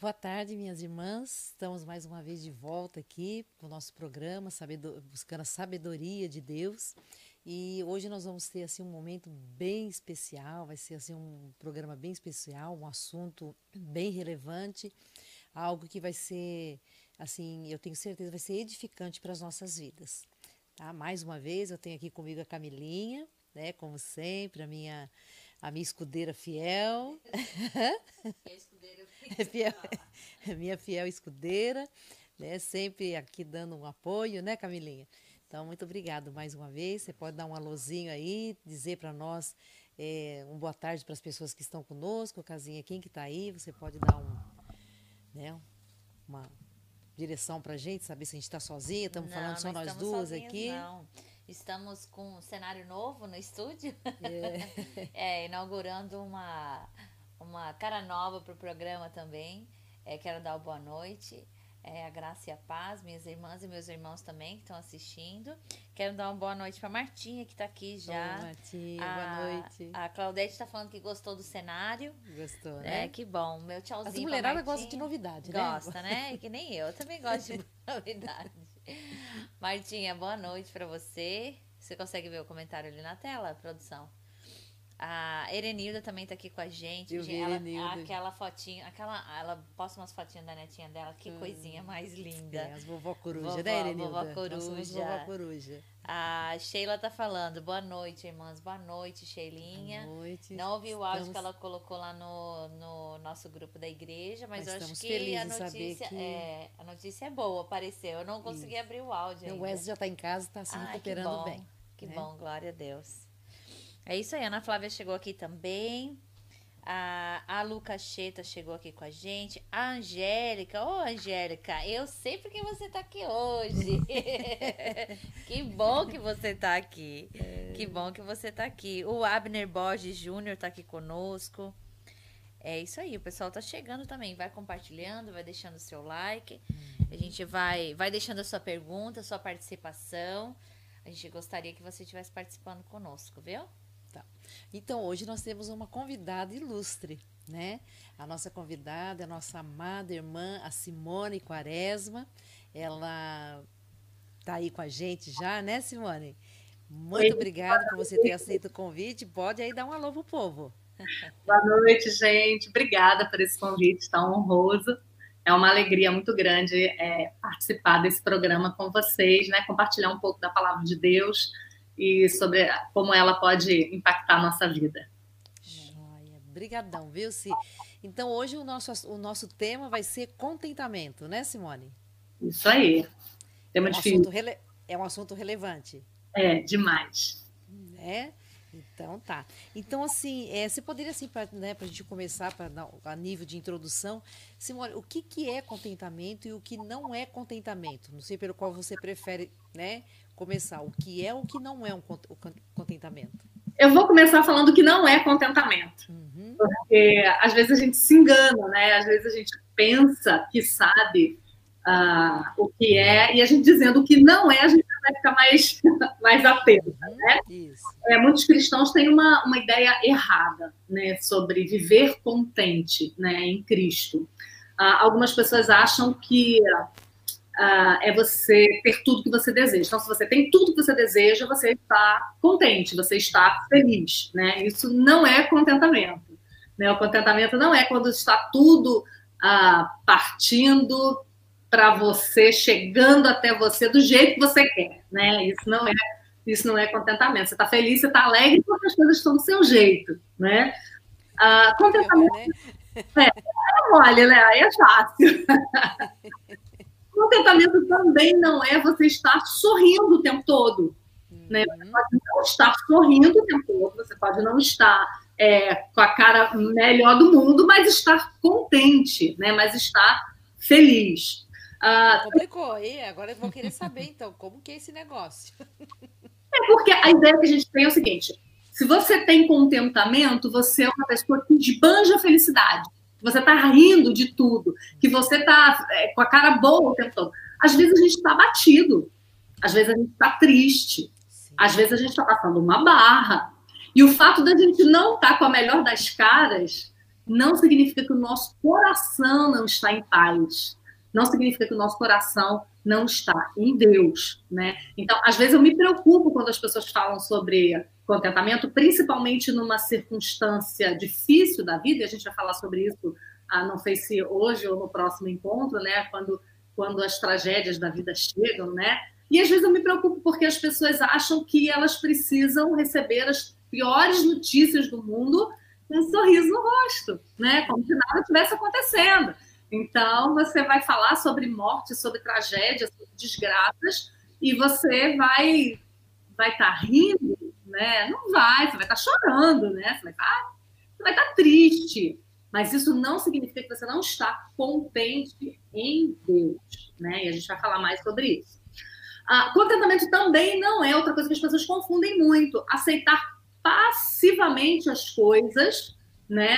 boa tarde, minhas irmãs. Estamos mais uma vez de volta aqui com o nosso programa, buscando a sabedoria de Deus. E hoje nós vamos ter assim um momento bem especial, vai ser assim um programa bem especial, um assunto bem relevante, algo que vai ser assim, eu tenho certeza, vai ser edificante para as nossas vidas. Tá? Mais uma vez eu tenho aqui comigo a Camilinha, né, como sempre, a minha escudeira fiel. Que a escudeira É fica fiel, falar. é minha fiel escudeira, né? Sempre aqui dando um apoio, né, Camilinha? Então, muito obrigado mais uma vez. Você pode dar um alôzinho aí, dizer para nós um boa tarde para as pessoas que estão conosco, Casinha, quem que está aí? Você pode dar né, uma direção para a gente, saber se a gente está sozinha, estamos falando Não, só não nós estamos duas sozinhas, aqui. não. Estamos com um cenário novo no estúdio. É. Inaugurando uma cara nova para o programa também. Quero dar uma boa noite. A graça e a paz, minhas irmãs e meus irmãos também que estão assistindo. Quero dar uma boa noite para Martinha, que está aqui já. Oi, Martinha, boa noite. A Claudete está falando que gostou do cenário. Gostou, né? Que bom. Meu tchauzinho As pra mulheradas Martinha. gostam de novidade, né? Gosta, né? Que nem eu também gosto de novidade. Martinha, boa noite pra você. Você consegue ver o comentário ali na tela, produção? A Erenilda também tá aqui com a gente. Eu vi ela, Erenilda. aquela fotinho, ela posta umas fotinhas da netinha dela. Que coisinha mais linda. As vovó coruja, né, Erenilda? Vovó coruja. Nós somos vovó coruja. A Sheila tá falando, boa noite, irmãs. Boa noite, Sheilinha. Boa noite. Não ouvi o áudio que ela colocou lá no nosso grupo da igreja, mas eu acho que a notícia é boa, apareceu. Eu não consegui abrir o áudio ainda. O Wesley já tá em casa, tá se recuperando bem. Que bom, glória a Deus. É isso aí, a Ana Flávia chegou aqui também. A Luca Cheta chegou aqui com a gente. A Angélica, Angélica, eu sei porque você tá aqui hoje. Que bom que você tá aqui. Que bom que você tá aqui. O Abner Borges Júnior tá aqui conosco. É isso aí, o pessoal tá chegando também. Vai compartilhando, vai deixando o seu like. A gente vai deixando a sua pergunta, a sua participação. A gente gostaria que você estivesse participando conosco, viu? Tá. Então, hoje nós temos uma convidada ilustre, né? A nossa convidada é a nossa amada irmã, a Simone Quaresma. Ela tá aí com a gente já, né, Simone? Muito obrigada por você ter aceito o convite. Pode aí dar um alô pro povo. Boa noite, gente. Obrigada por esse convite tão honroso. É uma alegria muito grande participar desse programa com vocês, né? Compartilhar um pouco da palavra de Deus e sobre como ela pode impactar a nossa vida. Joia. Brigadão, viu, Si? Então, hoje o nosso tema vai ser contentamento, né, Simone? Isso aí. Tema difícil. É um assunto relevante. É, demais. É? Então, tá. Então, assim, você poderia, assim, para a gente começar a nível de introdução, Simone, o que é contentamento e o que não é contentamento? Não sei pelo qual você prefere, né, começar. O que é ou o que não é o contentamento? Eu vou começar falando que não é contentamento. Porque às vezes a gente se engana, né? Às vezes a gente pensa que sabe o que é, e a gente dizendo o que não é, a gente vai ficar mais atenta, né? Isso. Muitos cristãos têm uma ideia errada, né, sobre viver contente, né, em Cristo. Algumas pessoas acham que é você ter tudo que você deseja. Então, se você tem tudo que você deseja, você está contente, você está feliz, né? Isso não é contentamento, né? O contentamento não é quando está tudo partindo para você, chegando até você do jeito que você quer, né? Isso não é contentamento. Você está feliz, você está alegre porque as coisas estão do seu jeito, né? Contentamento é mole, né? Aí é fácil. Contentamento também não é você estar sorrindo o tempo todo, né? Você pode não estar sorrindo o tempo todo, você pode não estar com a cara melhor do mundo, mas estar contente, né? Mas estar feliz. Complicou aí, agora eu vou querer saber, então, como que é esse negócio? Porque a ideia que a gente tem é o seguinte: se você tem contentamento, você é uma pessoa que esbanja a felicidade, você está rindo de tudo, que você está com a cara boa o tempo todo. Às vezes a gente está abatido, às vezes a gente está triste, às vezes a gente está passando uma barra. E o fato da gente não estar com a melhor das caras não significa que o nosso coração não está em paz. Não significa que o nosso coração não está em Deus, né? Então, às vezes eu me preocupo quando as pessoas falam sobre contentamento, principalmente numa circunstância difícil da vida, e a gente vai falar sobre isso, não sei se hoje ou no próximo encontro, né? Quando as tragédias da vida chegam, né? E às vezes eu me preocupo porque as pessoas acham que elas precisam receber as piores notícias do mundo com um sorriso no rosto, né? Como se nada estivesse acontecendo. Então, você vai falar sobre morte, sobre tragédias, sobre desgraças, e você vai estar rindo, né? Não vai, você vai estar chorando, né? Você vai estar triste. Mas isso não significa que você não está contente em Deus, né? E a gente vai falar mais sobre isso. Contentamento também não é outra coisa que as pessoas confundem muito. Aceitar passivamente as coisas, né?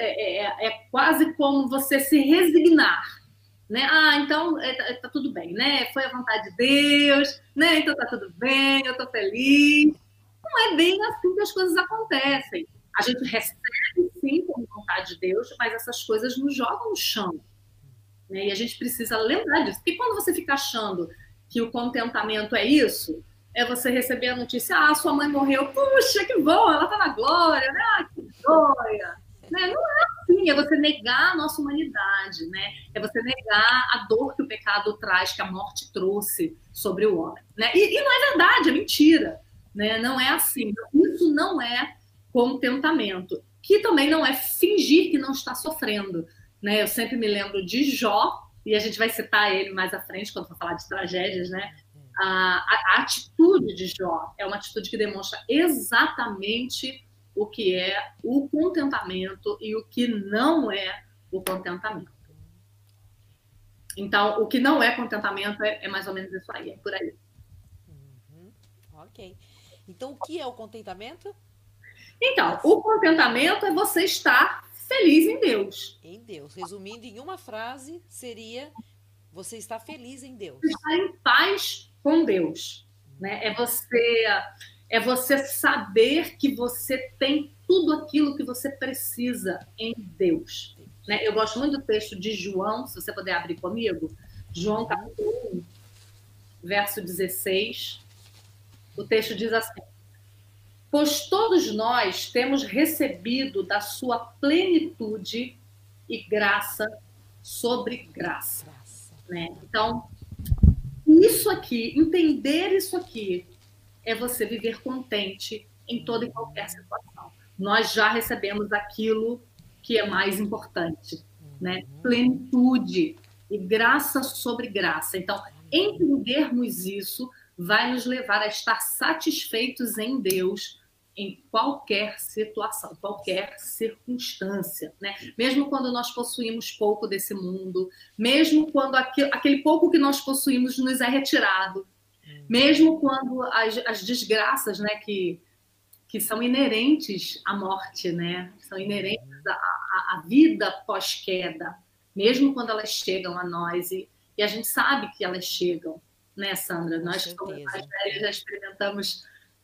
É quase como você se resignar, né? Então tá tudo bem, né? Foi a vontade de Deus, né? Então tá tudo bem, eu tô feliz. Não é bem assim que as coisas acontecem. A gente recebe sim como vontade de Deus, mas essas coisas nos jogam no chão, né? E a gente precisa lembrar disso. Porque quando você fica achando que o contentamento é isso, é você receber a notícia, sua mãe morreu, puxa, que bom, ela tá na glória, né? Que joia. Né? Não é assim, é você negar a nossa humanidade, né? É você negar a dor que o pecado traz, que a morte trouxe sobre o homem, né? E não é verdade, é mentira, né? Não é assim. Isso não é contentamento, que também não é fingir que não está sofrendo, né? Eu sempre me lembro de Jó, e a gente vai citar ele mais à frente quando for falar de tragédias, né? A atitude de Jó é uma atitude que demonstra exatamente o que é o contentamento e o que não é o contentamento. Então, o que não é contentamento é mais ou menos isso aí, é por aí. Ok. Então, o que é o contentamento? Então, o contentamento é você estar feliz em Deus. Em Deus. Resumindo em uma frase, seria você estar feliz em Deus. Estar em paz com Deus, né? É você saber que você tem tudo aquilo que você precisa em Deus, né? Eu gosto muito do texto de João, se você puder abrir comigo, João capítulo 1, verso 16. O texto diz assim: pois todos nós temos recebido da sua plenitude e graça sobre graça. Né? Então, isso aqui, entender isso aqui, é você viver contente em toda e qualquer situação. Nós já recebemos aquilo que é mais importante, né? Plenitude e graça sobre graça. Então, entendermos isso vai nos levar a estar satisfeitos em Deus em qualquer situação, qualquer circunstância, né? Mesmo quando nós possuímos pouco desse mundo, mesmo quando aquele pouco que nós possuímos nos é retirado, mesmo quando as desgraças, né, que são inerentes à morte, né, são inerentes à vida pós-queda, mesmo quando elas chegam a nós, e a gente sabe que elas chegam, né, Sandra? Nós, como mais velhos, já experimentamos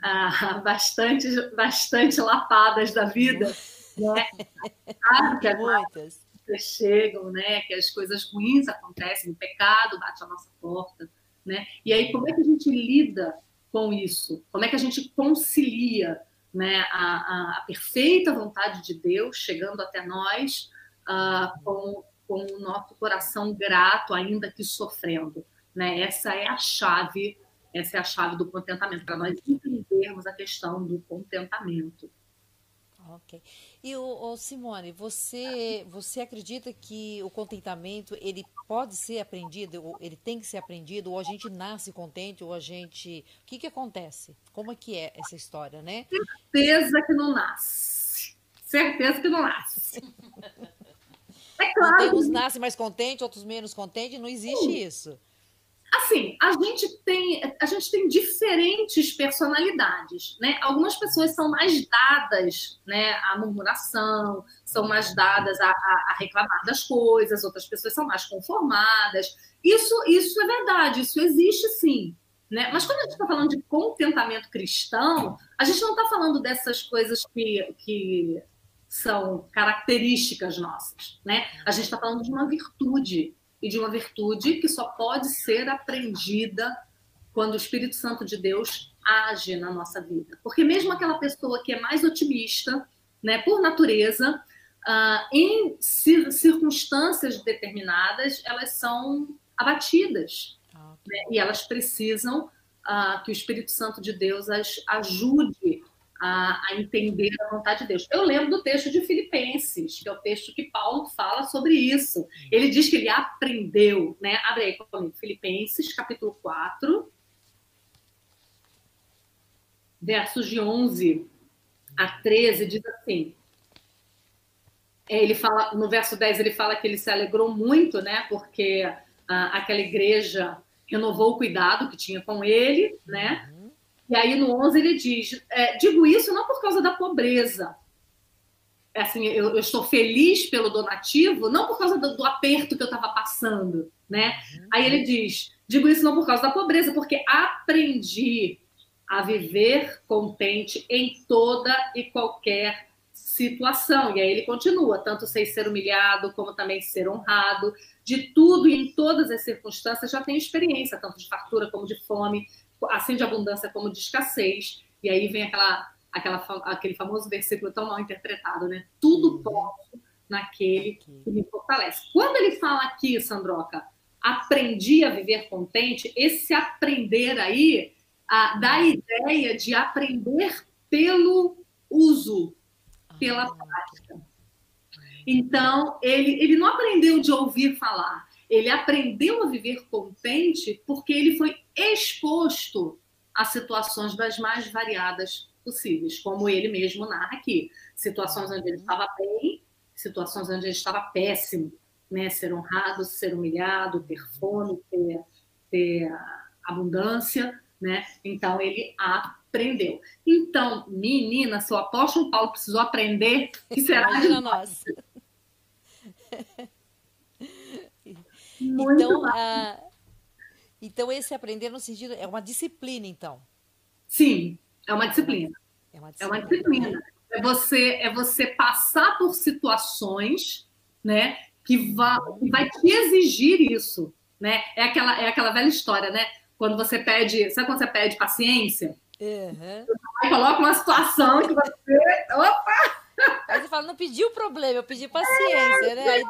bastante lapadas da vida, né? Sabe que muitas chegam, né? Que as coisas ruins acontecem, o pecado bate à nossa porta, né? E aí, como é que a gente lida com isso? Como é que a gente concilia, né, a perfeita vontade de Deus chegando até nós com o nosso coração grato, ainda que sofrendo, né? Essa é a chave do contentamento, para nós entendermos a questão do contentamento. Ok. E, Simone, você acredita que o contentamento, ele pode ser aprendido, ou ele tem que ser aprendido, ou a gente nasce contente, ou a gente... O que acontece? Como é que é essa história, né? Certeza que não nasce. Certeza que não nasce. É claro. Uns nascem mais contentes, outros menos contentes, não existe isso. Assim, a gente tem diferentes personalidades, né? Algumas pessoas são mais dadas, né, à murmuração, são mais dadas a reclamar das coisas, outras pessoas são mais conformadas. Isso é verdade, isso existe sim, né? Mas quando a gente está falando de contentamento cristão, a gente não está falando dessas coisas que são características nossas, né? A gente está falando de uma virtude, e de uma virtude que só pode ser aprendida quando o Espírito Santo de Deus age na nossa vida. Porque mesmo aquela pessoa que é mais otimista, né, por natureza, em circunstâncias determinadas, elas são abatidas, né? E elas precisam que o Espírito Santo de Deus as ajude a entender a vontade de Deus. Eu lembro do texto de Filipenses, que é o texto que Paulo fala sobre isso. Ele diz que ele aprendeu, né? Abre aí comigo, Filipenses, capítulo 4, versos de 11 a 13, diz assim. Ele fala, no verso 10, ele fala que ele se alegrou muito, né? Porque aquela igreja renovou o cuidado que tinha com ele, né? E aí no 11 ele diz, digo isso não por causa da pobreza. Assim, eu estou feliz pelo donativo, não por causa do aperto que eu estava passando, né? Aí ele diz, digo isso não por causa da pobreza, porque aprendi a viver contente em toda e qualquer situação. E aí ele continua, tanto sei ser humilhado, como também ser honrado, de tudo e em todas as circunstâncias já tenho experiência, tanto de fartura como de fome, assim de abundância como de escassez. E aí vem aquele famoso versículo tão mal interpretado, né? Tudo posso naquele que me fortalece. Quando ele fala aqui, Sandroca, aprendi a viver contente, esse aprender aí dá a ideia de aprender pelo uso, pela prática. Então, ele não aprendeu de ouvir falar, ele aprendeu a viver contente porque ele foi exposto a situações das mais variadas possíveis, como ele mesmo narra aqui. Situações onde ele estava bem, situações onde ele estava péssimo, né? Ser honrado, ser humilhado, ter fome, ter abundância, né? Então, ele aprendeu. Então, menina, se o apóstolo Paulo precisou aprender, que será de nós? Então, esse aprender no sentido é uma disciplina, então. Sim, é uma disciplina. É uma disciplina. Né? É você passar por situações, né, que vai te exigir isso, né? É aquela velha história, né? Quando você pede, sabe quando você pede paciência? Aí coloca uma situação que você, opa! Aí você fala, não pedi o problema, eu pedi paciência, né? Aí...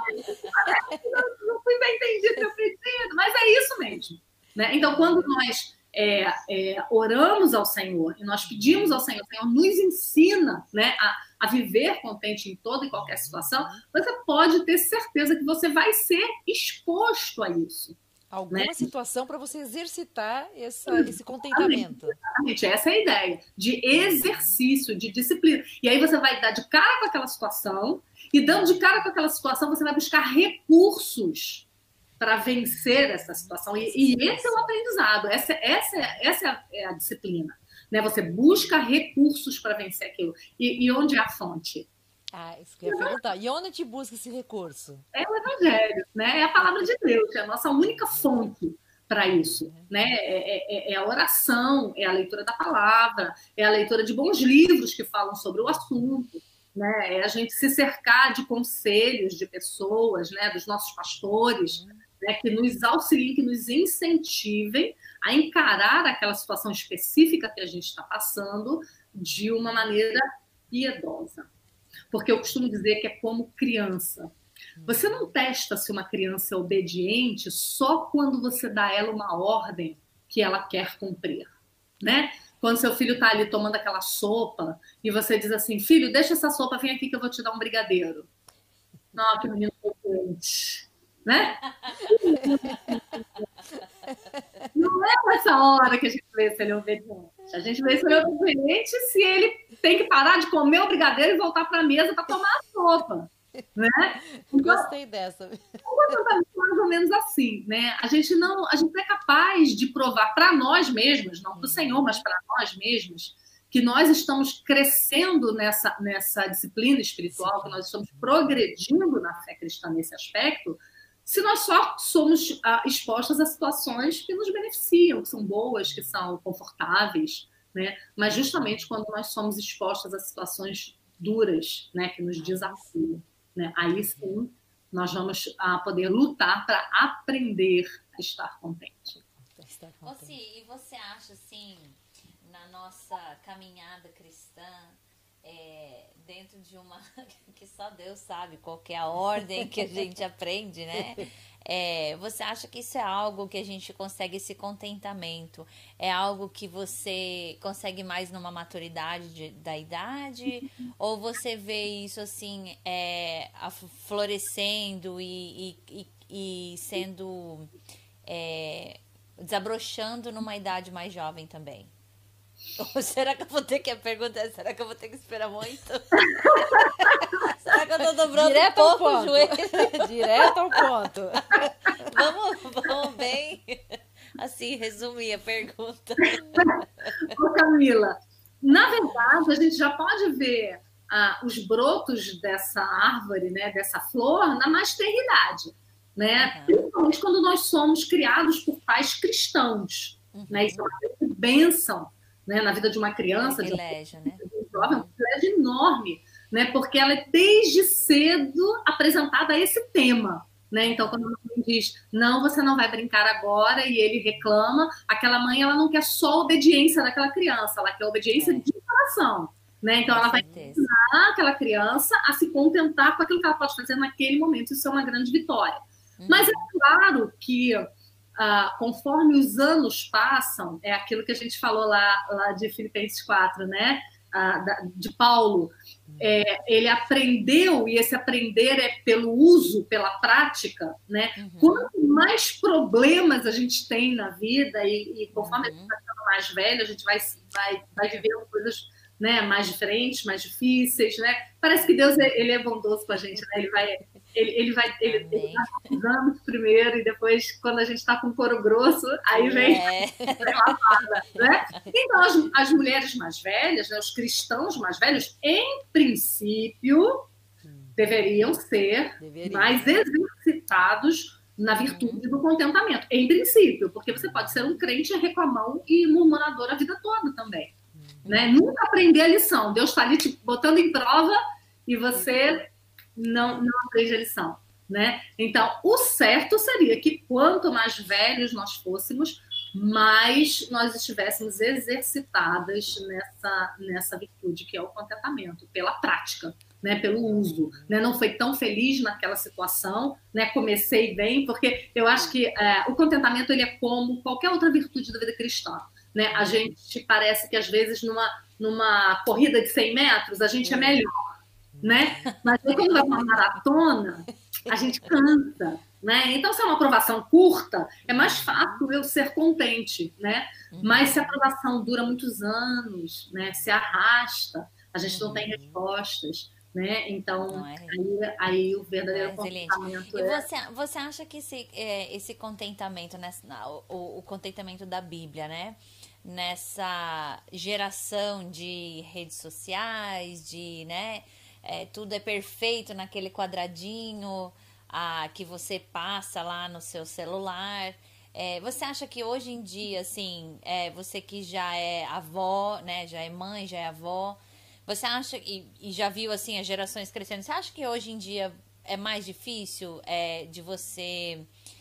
Não fui bem entendido seu pedido, mas é isso mesmo. Né? Então, quando nós oramos ao Senhor e nós pedimos ao Senhor, o Senhor nos ensina, né, a viver contente em toda e qualquer situação, você pode ter certeza que você vai ser exposto a isso. Alguma situação para você exercitar esse contentamento. Exatamente, essa é a ideia, de exercício, de disciplina. E aí você vai dar de cara com aquela situação, e dando de cara com aquela situação, você vai buscar recursos para vencer essa situação. E esse é o aprendizado, essa é a disciplina. Né? Você busca recursos para vencer aquilo. E onde é a fonte? Isso que eu ia perguntar. E onde te busca esse recurso? É o Evangelho, né? É a palavra de Deus, é a nossa única fonte para isso. Né? É a oração, é a leitura da palavra, é a leitura de bons livros que falam sobre o assunto. Né? É a gente se cercar de conselhos de pessoas, né? Dos nossos pastores, né? Que nos auxiliem, que nos incentivem a encarar aquela situação específica que a gente está passando de uma maneira piedosa. Porque eu costumo dizer que é como criança. Você não testa se uma criança é obediente só quando você dá a ela uma ordem que ela quer cumprir, né? Quando seu filho está ali tomando aquela sopa e você diz assim, filho, deixa essa sopa, vem aqui que eu vou te dar um brigadeiro. Não, que menino obediente, né? Não é nessa hora que a gente vê se ele é obediente. A gente vê se ele é obediente se ele tem que parar de comer o brigadeiro e voltar para a mesa para tomar a sopa. Né? Então, gostei dessa. Mais ou menos assim, né? A gente não é capaz de provar para nós mesmos, não para o Senhor, mas para nós mesmos, que nós estamos crescendo nessa disciplina espiritual, que nós estamos progredindo na fé cristã nesse aspecto, se nós só somos expostas a situações que nos beneficiam, que são boas, que são confortáveis, né? Mas justamente quando nós somos expostas a situações duras, né, que nos desafiam, né? Aí sim nós vamos poder lutar para aprender a estar contente. Si, e você acha assim, na nossa caminhada cristã, dentro de uma que só Deus sabe qual que é a ordem que a gente aprende, né? Você acha que isso é algo que a gente consegue esse contentamento? É algo que você consegue mais numa maturidade da idade? Ou você vê isso assim, florescendo e sendo desabrochando numa idade mais jovem também? Ou será que eu vou ter que perguntar? Será que eu vou ter que esperar muito? Será que eu tô dobrando direto um pouco o joelho? Direto ao ponto. Vamos bem, assim, resumir a pergunta. Ô, Camila, na verdade, a gente já pode ver os brotos dessa árvore, né, dessa flor, na mais tenra idade, né? Principalmente quando nós somos criados por pais cristãos. Né? Isso é uma grande bênção, né, na vida de uma criança, privilégio, de um jovem, um privilégio enorme, né, porque ela é desde cedo apresentada a esse tema. Né? Então, quando a mãe diz, não, você não vai brincar agora, e ele reclama, aquela mãe ela não quer só a obediência daquela criança, ela quer a obediência de coração. Né? Então, ela vai ensinar aquela criança a se contentar com aquilo que ela pode fazer naquele momento. Isso é uma grande vitória. Mas é claro que conforme os anos passam, é aquilo que a gente falou lá de Filipenses 4, né? De Paulo, ele aprendeu, e esse aprender é pelo uso, pela prática, né? Quanto mais problemas a gente tem na vida, e conforme a gente vai ficando mais velho, a gente vai vivendo coisas, né, mais diferentes, mais difíceis, né? Parece que Deus ele é bondoso com a gente, né? Ele vai os anos primeiro, e depois, quando a gente está com couro grosso, aí vem a lavada, né? Então, as mulheres mais velhas, né, os cristãos mais velhos, em princípio, deveriam ser mais exercitados na virtude do contentamento. Em princípio, porque você pode ser um crente reclamão e murmurador a vida toda também. Né? Nunca aprender a lição. Deus está ali te botando em prova e você não aprende a lição. Né? Então, o certo seria que quanto mais velhos nós fôssemos, mais nós estivéssemos exercitadas nessa virtude que é o contentamento, pela prática, né? Pelo uso. Né? Não foi tão feliz naquela situação, né? Comecei bem, porque eu acho que o contentamento ele é como qualquer outra virtude da vida cristã. Né? A gente parece que, às vezes, numa corrida de 100 metros, a gente é melhor. Né? Mas quando vai para uma maratona, a gente cansa. Né? Então, se é uma aprovação curta, é mais fácil eu ser contente. Né? Mas se a aprovação dura muitos anos, né? Se arrasta, a gente não tem respostas. Né? Então, aí o verdadeiro contentamento você acha que esse contentamento, o contentamento da Bíblia, né? Nessa geração de redes sociais, né? Tudo é perfeito naquele quadradinho que você passa lá no seu celular. Você acha que hoje em dia, assim, você que já é avó, né? Já é mãe, já é avó, você acha, e já viu assim as gerações crescendo, você acha que hoje em dia é mais difícil de você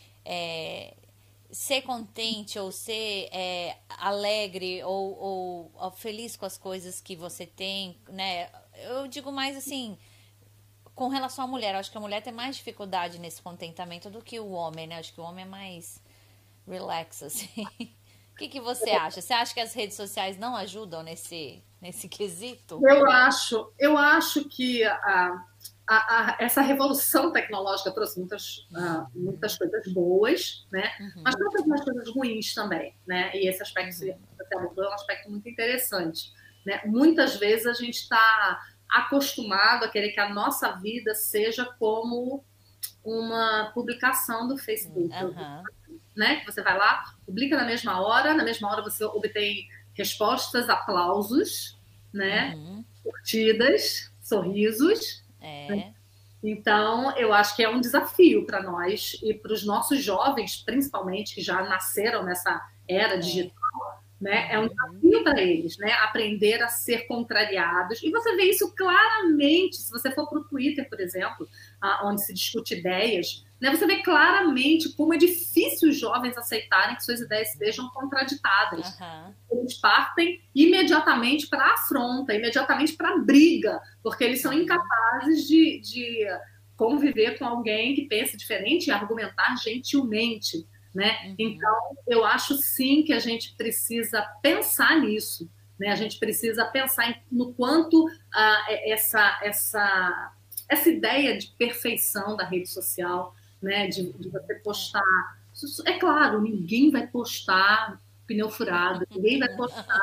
ser contente ou ser alegre ou feliz com as coisas que você tem, né? Eu digo mais assim, com relação à mulher. Eu acho que a mulher tem mais dificuldade nesse contentamento do que o homem, né? Eu acho que o homem é mais relax, assim. O que você acha? Você acha que as redes sociais não ajudam nesse quesito? Eu acho que essa revolução tecnológica trouxe muitas coisas boas, né? Mas trouxe algumas coisas ruins também, né? E esse aspecto que você abordou é um aspecto muito interessante. Né? Muitas vezes a gente está acostumado a querer que a nossa vida seja como uma publicação do Facebook. Né? Que você vai lá, publica na mesma hora você obtém respostas, aplausos, né? Curtidas, sorrisos. Né? Então, eu acho que é um desafio para nós e para os nossos jovens, principalmente, que já nasceram nessa era digital, né? É um desafio para eles, né? Aprender a ser contrariados. E você vê isso claramente, se você for para o Twitter, por exemplo, onde se discute ideias, né? Você vê claramente como é difícil os jovens aceitarem que suas ideias sejam contraditadas. Eles partem imediatamente para a afronta, imediatamente para a briga, porque eles são incapazes de conviver com alguém que pensa diferente e argumentar gentilmente, né? Então, eu acho sim que a gente precisa pensar nisso, né? A gente precisa pensar no quanto essa ideia de perfeição da rede social, né? De você postar. É claro, ninguém vai postar pneu furado, ninguém vai postar.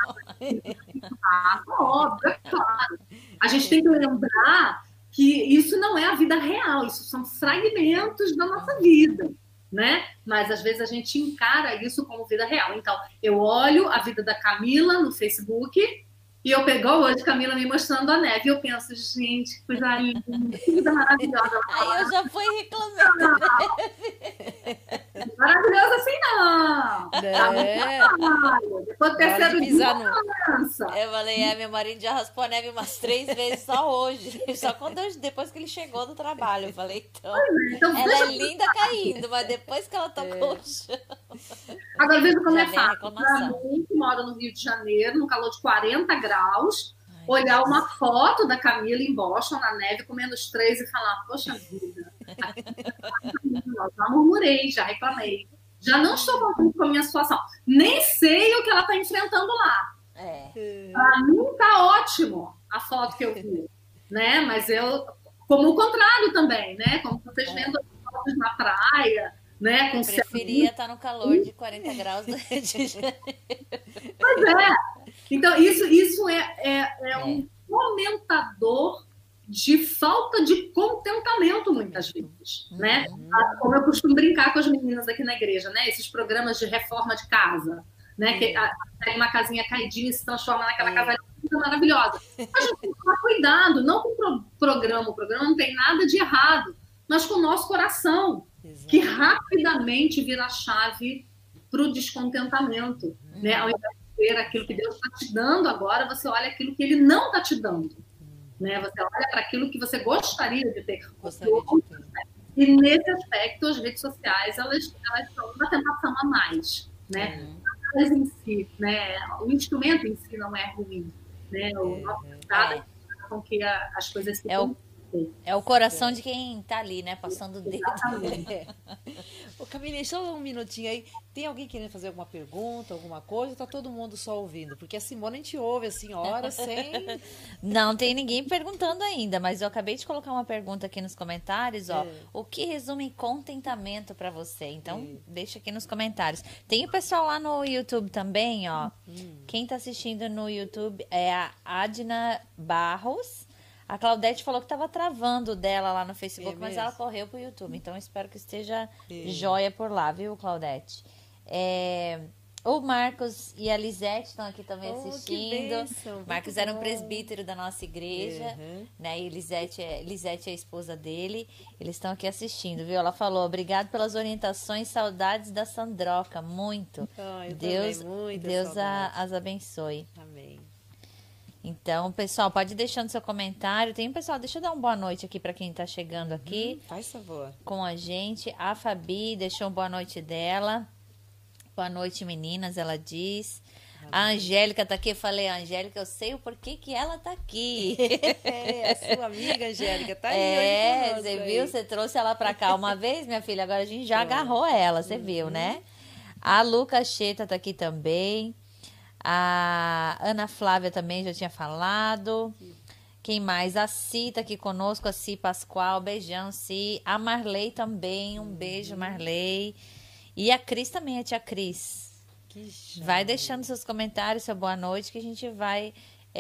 Óbvio, é claro. A gente tem que lembrar que isso não é a vida real, isso são fragmentos da nossa vida, né? Mas às vezes a gente encara isso como vida real. Então, eu olho a vida da Camila no Facebook e eu pego hoje Camila me mostrando a neve e eu penso, gente, que coisa linda, que vida maravilhosa. Aí eu já fui reclamando. Maravilhosa assim não. Depois do terceiro dia, eu falei, meu marido já raspou a neve umas 3 vezes só hoje. Só depois que ele chegou do trabalho. Eu falei, então ela é linda caindo, mas depois que ela tocou o chão. Agora veja como é fácil. Para mim, que mora no Rio de Janeiro, no calor de 40 graus, olhar uma foto da Camila em Boston, na neve, com -3 e falar, poxa vida, já murmurei, já reclamei. Já não estou contente com a minha situação. Nem sei o que ela está enfrentando lá. Para mim está ótimo a foto que eu vi, né? Mas eu, como o contrário também, né? Como vocês vendo as fotos na praia, né? Com eu preferia estar no calor de 40 graus do Rio de Janeiro. Pois é. Então, isso é um fomentador de falta de contentamento, muitas vezes, né? Como eu costumo brincar com as meninas aqui na igreja, né? Esses programas de reforma de casa, né? Que tem uma casinha caidinha e se transforma naquela casa maravilhosa. A gente tem que tomar cuidado, não com o programa não tem nada de errado, mas com o nosso coração, que rapidamente vira a chave para o descontentamento, né? Ao invés de ver aquilo que Deus está te dando agora, você olha aquilo que Ele não está te dando. Né? Você olha para aquilo que você gostaria de ter. E nesse aspecto, as redes sociais elas são uma tentação a mais. Né? Elas em si, né? O instrumento em si não é ruim. Né? O nosso cuidado é com que as coisas se É o coração de quem está ali, né? Passando o dedo. Ô, Camila, só um minutinho aí. Tem alguém querendo fazer alguma pergunta, alguma coisa? Ou tá todo mundo só ouvindo? Porque a Simone a gente ouve assim, horas sem... Não tem ninguém perguntando ainda, mas eu acabei de colocar uma pergunta aqui nos comentários, ó. O que resume contentamento para você? Então, deixa aqui nos comentários. Tem o pessoal lá no YouTube também, ó. Quem tá assistindo no YouTube é a Adna Barros. A Claudete falou que estava travando dela lá no Facebook, mas ela correu pro YouTube. Então, espero que esteja joia por lá, viu, Claudete? O Marcos e a Lisete estão aqui também assistindo. Marcos era um presbítero da nossa igreja, né? E Lisete é a esposa dele. Eles estão aqui assistindo, viu? Ela falou, obrigado pelas orientações, saudades da Sandroca, muito. Deus as abençoe. Amém. Então, pessoal, pode ir deixando seu comentário. Tem um pessoal, deixa eu dar uma boa noite aqui para quem está chegando aqui. Faz favor. Com a gente. A Fabi deixou uma boa noite dela. Boa noite, meninas, ela diz. A Angélica tá aqui. Eu falei, Angélica, eu sei o porquê que ela tá aqui. A sua amiga Angélica tá aí. Você viu? Você trouxe ela para cá uma vez, minha filha. Agora a gente já agarrou ela, você viu, né? A Luca Cheta tá aqui também. A Ana Flávia também já tinha falado. Quem mais? A Si tá aqui conosco, a Si Pascoal. Beijão, Si. A Marley também. Um beijo, Marley. E a Cris também, a tia Cris. Vai deixando seus comentários, seu boa noite, que a gente vai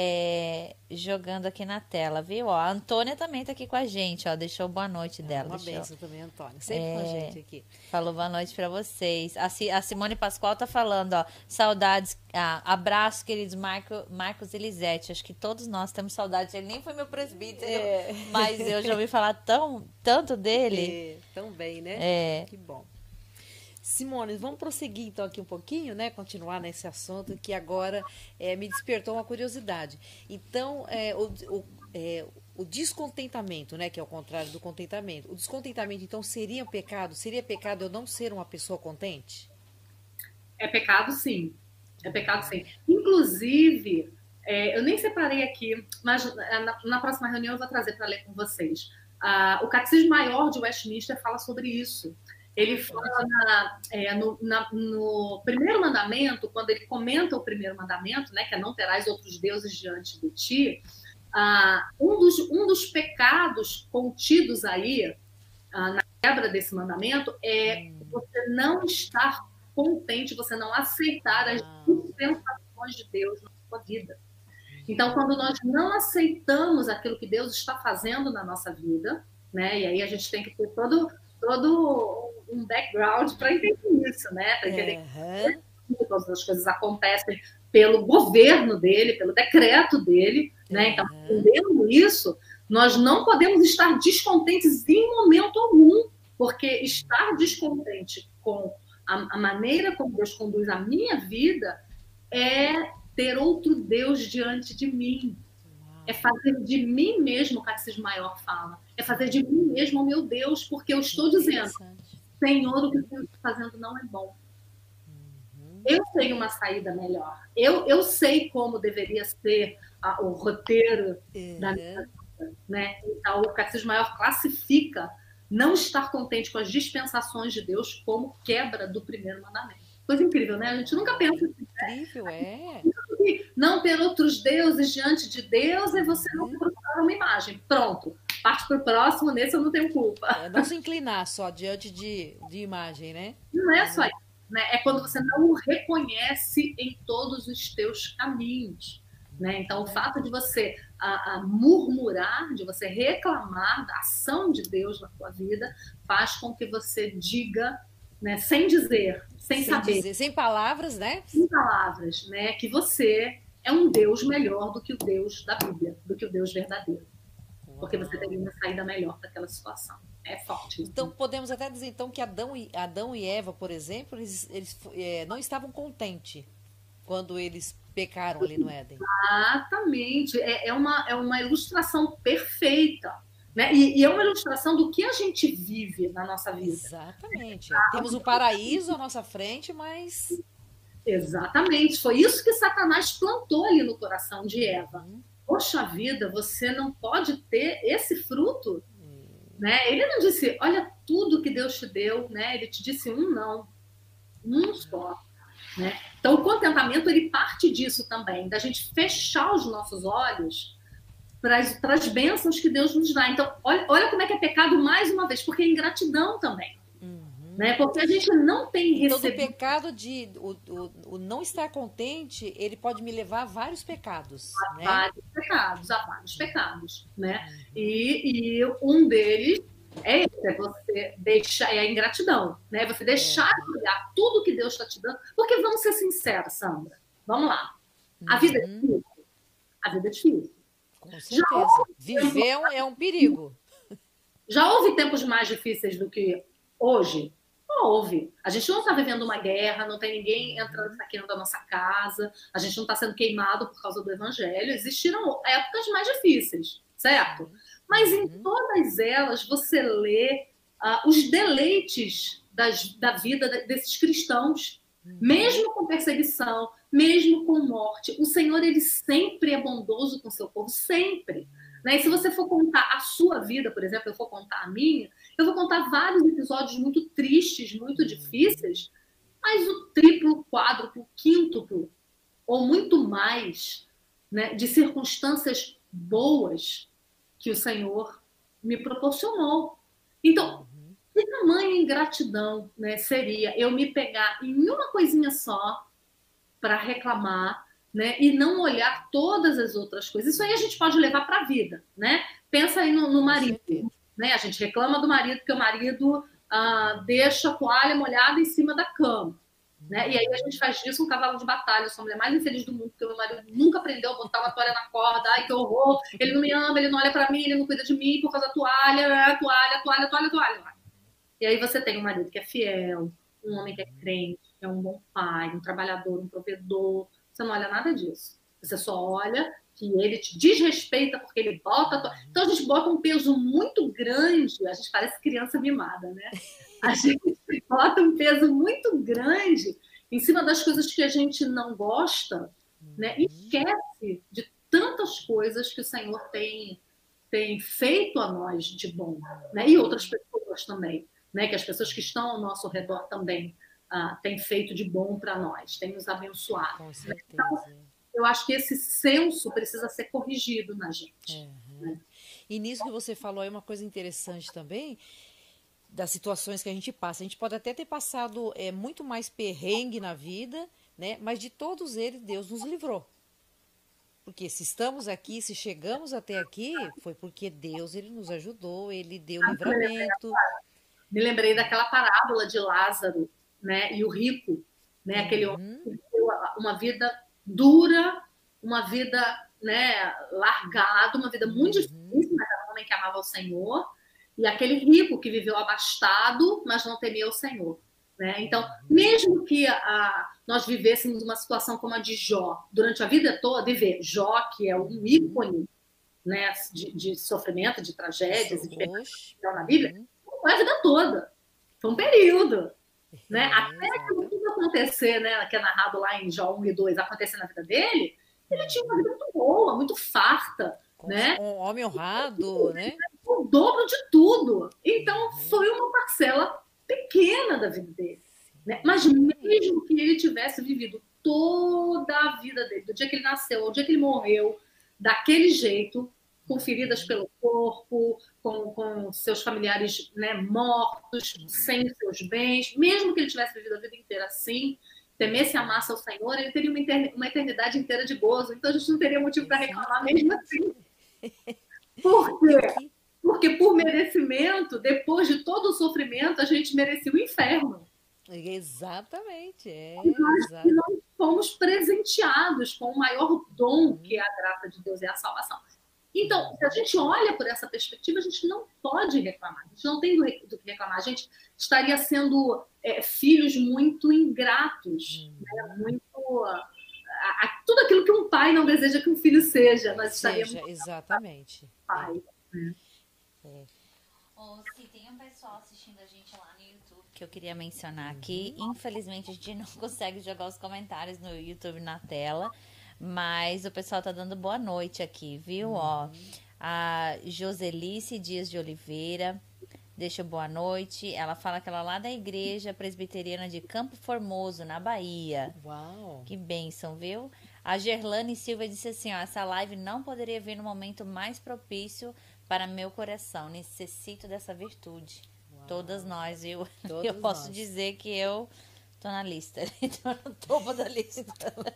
jogando aqui na tela, viu? Ó, a Antônia também tá aqui com a gente, ó. Deixou boa noite dela. Uma bênção também, Antônia. Sempre com a gente aqui. Falou boa noite pra vocês. A Simone Pascoal tá falando, ó. Saudades. Abraço, queridos Marcos e Lisete. Acho que todos nós temos saudades. Ele nem foi meu presbítero, mas eu já ouvi falar tanto dele. Tão bem, né? Que bom. Simone, vamos prosseguir então aqui um pouquinho, né? Continuar nesse assunto que agora me despertou uma curiosidade. Então, o descontentamento, né? Que é o contrário do contentamento. O descontentamento, então, seria um pecado? Seria pecado eu não ser uma pessoa contente? É pecado, sim. É pecado, sim. Inclusive, eu nem separei aqui, mas na próxima reunião eu vou trazer para ler com vocês. O Catecismo Maior de Westminster fala sobre isso. Ele fala no primeiro mandamento, quando ele comenta o primeiro mandamento, né, que é não terás outros deuses diante de ti, um dos pecados contidos aí, na quebra desse mandamento, é você não estar contente, você não aceitar as dispensações de Deus na sua vida. Então, quando nós não aceitamos aquilo que Deus está fazendo na nossa vida, né, e aí a gente tem que ter todo um background para entender isso, né? Para entender que todas as coisas acontecem pelo governo dele, pelo decreto dele, né? Então, entendendo isso, nós não podemos estar descontentes em momento algum, porque estar descontente com a maneira como Deus conduz a minha vida é ter outro Deus diante de mim. É fazer de mim mesmo, o Catecismo Maior fala. É fazer de mim mesmo o meu Deus, porque eu estou dizendo, Senhor, o que você está fazendo não é bom. Eu tenho uma saída melhor. Eu sei como deveria ser o roteiro da minha vida, né? Então, o Catecismo Maior classifica não estar contente com as dispensações de Deus como quebra do primeiro mandamento. Coisa incrível, né? A gente nunca pensa assim. Incrível, Não ter outros deuses diante de Deus é você não prostrar uma imagem. Pronto. Parte para o próximo, nesse eu não tenho culpa. Não se inclinar só diante de imagem, né? Não é só isso. Né? É quando você não o reconhece em todos os teus caminhos. Né? Então, o fato de você murmurar, de você reclamar da ação de Deus na sua vida, faz com que você diga, né, sem dizer, sem saber. Dizer, sem palavras, né? Sem palavras, né? Que você é um Deus melhor do que o Deus da Bíblia, do que o Deus verdadeiro. Porque você teria uma saída melhor para aquela situação. É forte. Então, podemos até dizer então que Adão e Eva, por exemplo, eles não estavam contentes quando eles pecaram ali no Éden. Exatamente. É uma ilustração perfeita. Né? E é uma ilustração do que a gente vive na nossa vida. Exatamente. Temos o paraíso à nossa frente, mas... Exatamente. Foi isso que Satanás plantou ali no coração de Eva. Poxa vida, você não pode ter esse fruto? Né? Ele não disse, olha tudo que Deus te deu. Né? Ele te disse não. Um só. Né? Então, o contentamento, ele parte disso também, da gente fechar os nossos olhos para as bênçãos que Deus nos dá. Então, olha como é que é pecado mais uma vez, porque é ingratidão também. Né? Porque a gente não tem recebido... Então, o pecado de o não estar contente, ele pode me levar a vários pecados. A vários pecados. Né? E um deles é você deixar, é a ingratidão. Né? Você deixar de olhar tudo que Deus está te dando. Porque, vamos ser sinceros, Sandra, vamos lá. A vida é difícil. A vida é difícil. Com certeza. Viver é um perigo. Já houve tempos mais difíceis do que hoje? Não houve. A gente não está vivendo uma guerra, não tem ninguém entrando saqueando da nossa casa, a gente não está sendo queimado por causa do evangelho. Existiram épocas mais difíceis, certo? Mas em todas elas você lê os deleites da vida desses cristãos, mesmo com perseguição, mesmo com morte. O Senhor, ele sempre é bondoso com o seu povo, sempre. Né? E se você for contar a sua vida, por exemplo, eu for contar a minha, eu vou contar vários episódios muito tristes, muito difíceis, mas o triplo, quádruplo, quíntuplo, ou muito mais, né, de circunstâncias boas que o Senhor me proporcionou. Então, que tamanha ingratidão, né, seria eu me pegar em uma coisinha só para reclamar, né, e não olhar todas as outras coisas. Isso aí a gente pode levar para a vida, né? Pensa aí no marido, né? A gente reclama do marido porque o marido deixa a toalha molhada em cima da cama, né? E aí a gente faz disso um cavalo de batalha. Eu sou a mulher mais infeliz do mundo porque o meu marido nunca aprendeu a botar uma toalha na corda. Ai, que horror! Ele não me ama, ele não olha para mim, ele não cuida de mim por causa da toalha, toalha. E aí você tem um marido que é fiel, um homem que é crente, que é um bom pai, um trabalhador, um provedor. Você não olha nada disso. Você só olha que ele te desrespeita porque ele bota... Então, a gente bota um peso muito grande, a gente parece criança mimada, né? A gente bota um peso muito grande em cima das coisas que a gente não gosta, né? E esquece de tantas coisas que o Senhor tem feito a nós de bom, né? E outras pessoas também, né? Que as pessoas que estão ao nosso redor também têm feito de bom para nós, têm nos abençoado. Com certeza. Então, eu acho que esse senso precisa ser corrigido na gente. Né? E nisso que você falou é uma coisa interessante também, das situações que a gente passa. A gente pode até ter passado muito mais perrengue na vida, né? Mas de todos eles, Deus nos livrou. Porque se estamos aqui, se chegamos até aqui, foi porque Deus ele nos ajudou, ele deu livramento. Me lembrei daquela parábola de Lázaro, né? E o rico, né? Aquele homem que viveu uma vida dura, uma vida, né, largada, uma vida muito difícil, mas era um homem que amava o Senhor, e aquele rico que viveu abastado, mas não temia o Senhor. Né? Então, mesmo que nós vivêssemos uma situação como a de Jó, durante a vida toda, e ver Jó, que é um ícone, né, de sofrimento, de tragédias, de na Bíblia, não foi a vida toda, foi um período. Né? Até aquilo tudo acontecer, né, que é narrado lá em Jó 1 e 2, acontecer na vida dele, ele tinha uma vida muito boa, muito farta. Né? Um homem honrado, né? O dobro de tudo. Então, foi uma parcela pequena da vida dele. Né? Mas mesmo que ele tivesse vivido toda a vida dele, do dia que ele nasceu ao dia que ele morreu, daquele jeito, com feridas pelo corpo, com seus familiares, né, mortos, sem seus bens, mesmo que ele tivesse vivido a vida inteira assim, temesse e amasse ao Senhor, ele teria uma eternidade inteira de gozo. Então a gente não teria motivo para reclamar mesmo assim. Por quê? Porque por merecimento, depois de todo o sofrimento, a gente merecia o inferno. Exatamente. Nós fomos presenteados com o maior dom que é a graça de Deus, é a salvação. Então, se a gente olha por essa perspectiva, a gente não pode reclamar. A gente não tem do que reclamar. A gente estaria sendo filhos muito ingratos, né? Muito... tudo aquilo que um pai não deseja que um filho seja. Nós estaríamos... Exatamente. Pai, né? Se tem um pessoal assistindo a gente lá no YouTube que eu queria mencionar aqui, infelizmente a gente não consegue jogar os comentários no YouTube na tela, mas o pessoal tá dando boa noite aqui, viu? Ó, a Joselice Dias de Oliveira deixa boa noite. Ela fala que ela é lá da igreja presbiteriana de Campo Formoso, na Bahia. Uau! Que bênção, viu? A Gerlane Silva disse assim, ó, essa live não poderia vir no momento mais propício para meu coração. Necessito dessa virtude. Uau. Todas nós, viu? Eu posso dizer que eu tô na lista. Tô no topo da lista.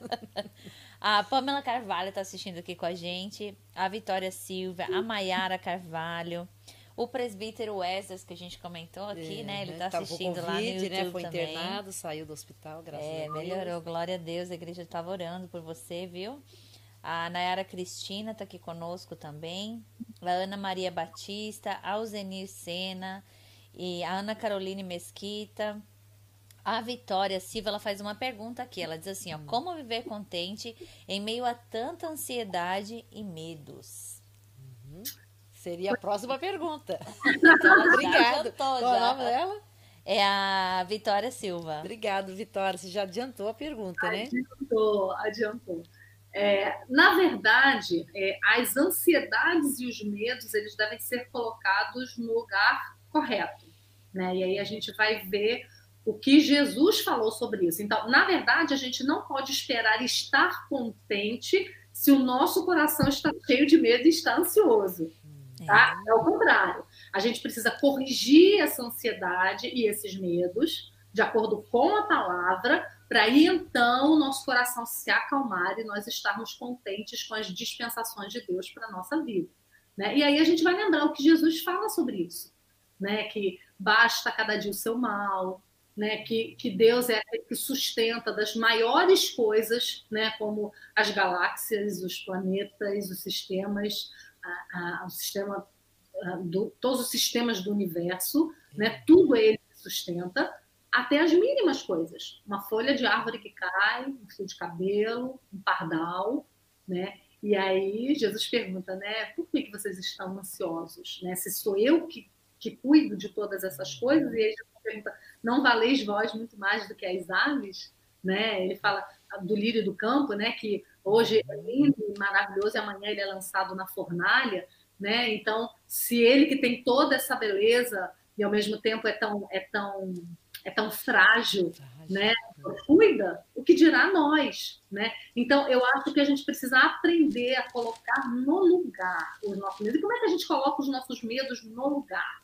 A Pamela Carvalho tá assistindo aqui com a gente. A Vitória Silva, a Maiara Carvalho. O presbítero Wesley, que a gente comentou aqui, né? Ele tá assistindo lá no YouTube, né? Foi também. internado, saiu do hospital, graças a Deus. Melhorou, glória a Deus. A igreja estava orando por você, viu? A Nayara Cristina tá aqui conosco também. A Ana Maria Batista, a Alzenir Sena e a Ana Caroline Mesquita. A Vitória Silva, ela faz uma pergunta aqui. Ela diz assim, ó, como viver contente em meio a tanta ansiedade e medos? Seria a próxima pergunta. Então, obrigado. Qual é o nome dela? É a Vitória Silva. Obrigado, Vitória. Você já adiantou a pergunta, né? Adiantou. Na verdade, as ansiedades e os medos, eles devem ser colocados no lugar correto. Né? E aí a gente vai ver o que Jesus falou sobre isso. Então, na verdade, a gente não pode esperar estar contente se o nosso coração está cheio de medo e está ansioso. Tá? É o contrário. A gente precisa corrigir essa ansiedade e esses medos de acordo com a palavra, para aí então o nosso coração se acalmar e nós estarmos contentes com as dispensações de Deus para a nossa vida. Né? E aí a gente vai lembrar o que Jesus fala sobre isso. Né? Que basta cada dia o seu mal, né? Que Deus é aquele que sustenta das maiores coisas, né? Como as galáxias, os planetas, os sistemas, todos os sistemas do universo, né? Tudo ele sustenta. até as mínimas coisas. Uma folha de árvore que cai, um fio de cabelo, um pardal, né? E aí Jesus pergunta, né? Por que vocês estão ansiosos? Né? Se sou eu que cuido de todas essas coisas, e aí Jesus pergunta, não valeis vós muito mais do que as aves? Né? Ele fala do lírio do campo, né? Que hoje é lindo e maravilhoso e amanhã ele é lançado na fornalha, né? Então, se ele que tem toda essa beleza e ao mesmo tempo é tão frágil, né? Cuida, o que dirá nós, né? Então, eu acho que a gente precisa aprender a colocar no lugar os nossos medos. E como é que a gente coloca os nossos medos no lugar?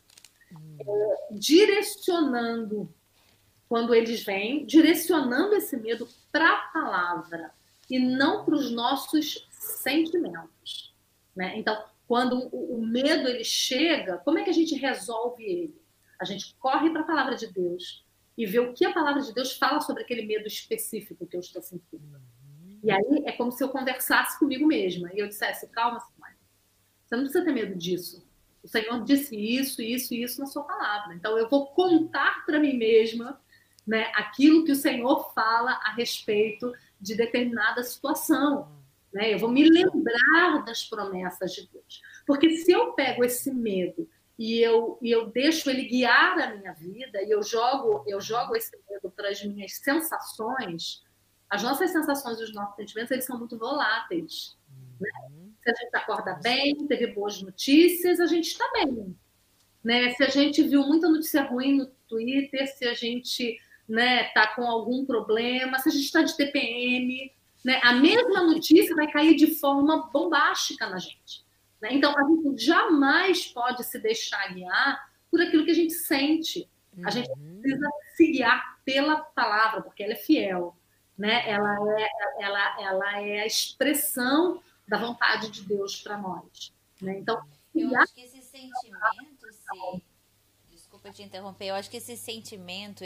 Direcionando, quando eles vêm, direcionando esse medo para a palavra e não para os nossos sentimentos, né? Então, quando o medo ele chega, como é que a gente resolve ele? A gente corre para a palavra de Deus e vê o que a palavra de Deus fala sobre aquele medo específico que eu estou sentindo. E aí é como se eu conversasse comigo mesma e eu dissesse, calma, Simone, você não precisa ter medo disso. O Senhor disse isso, isso e isso na sua palavra. Então eu vou contar para mim mesma, né, aquilo que o Senhor fala a respeito de determinada situação. Né? Eu vou me lembrar das promessas de Deus. Porque se eu pego esse medo e eu deixo ele guiar a minha vida e eu jogo esse medo para as minhas sensações, as nossas sensações e os nossos sentimentos, eles são muito voláteis. Né? Se a gente acorda bem, teve boas notícias, a gente está bem. Né? Se a gente viu muita notícia ruim no Twitter, se a gente tá com algum problema, se a gente está de TPM, né? A mesma notícia vai cair de forma bombástica na gente. Né? Então, a gente jamais pode se deixar guiar por aquilo que a gente sente. A gente precisa se guiar pela palavra, porque ela é fiel. Né? Ela é a expressão da vontade de Deus para nós. Né? Então, eu acho que esse sentimento, desculpa te interromper, eu acho que esse sentimento,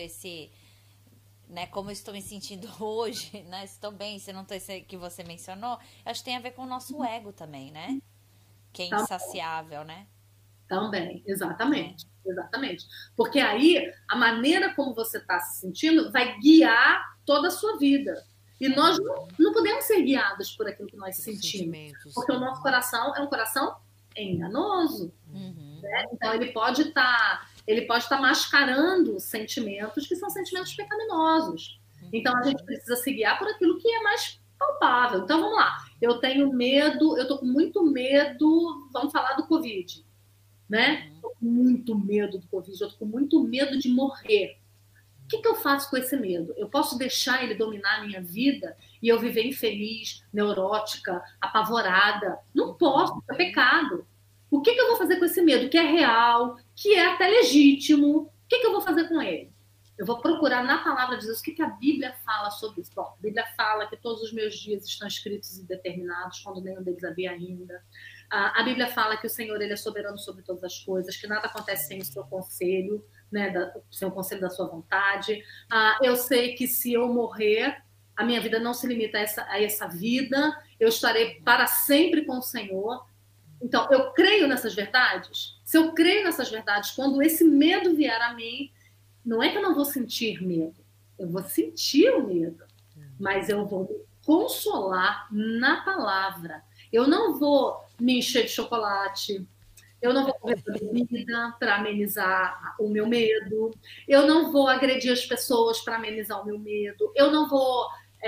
né, como eu estou me sentindo hoje, né, estou bem, se não tem esse que você mencionou, acho que tem a ver com o nosso ego também, né? Que é insaciável, né? Também, exatamente. Exatamente. Porque aí, a maneira como você está se sentindo vai guiar toda a sua vida. E nós não podemos ser guiados por aquilo que nós sentimos. Porque o nosso coração é um coração enganoso. Né? Então, ele pode estar mascarando sentimentos que são sentimentos pecaminosos. Então, a gente precisa se guiar por aquilo que é mais palpável. Então, vamos lá. Eu tenho medo, eu estou com muito medo, vamos falar do Covid. Né? Estou com muito medo do Covid, eu estou com muito medo de morrer. O que eu faço com esse medo? Eu posso deixar ele dominar a minha vida e eu viver infeliz, neurótica, apavorada? Não posso, é pecado. O que eu vou fazer com esse medo? Que é real, que é até legítimo. O que eu vou fazer com ele? Eu vou procurar na palavra de Deus o que a Bíblia fala sobre isso. Bom, a Bíblia fala que todos os meus dias estão escritos e determinados, quando nenhum deles havia ainda. A Bíblia fala que o Senhor ele é soberano sobre todas as coisas, que nada acontece sem o seu conselho, né, sem o conselho da sua vontade. Eu sei que se eu morrer, a minha vida não se limita a essa vida, eu estarei para sempre com o Senhor. Então, eu creio nessas verdades. Se eu creio nessas verdades, quando esse medo vier a mim, não é que eu não vou sentir medo, eu vou sentir o medo, mas eu vou me consolar na palavra. Eu não vou me encher de chocolate, eu não vou comer bebida para amenizar o meu medo, eu não vou agredir as pessoas para amenizar o meu medo, eu não vou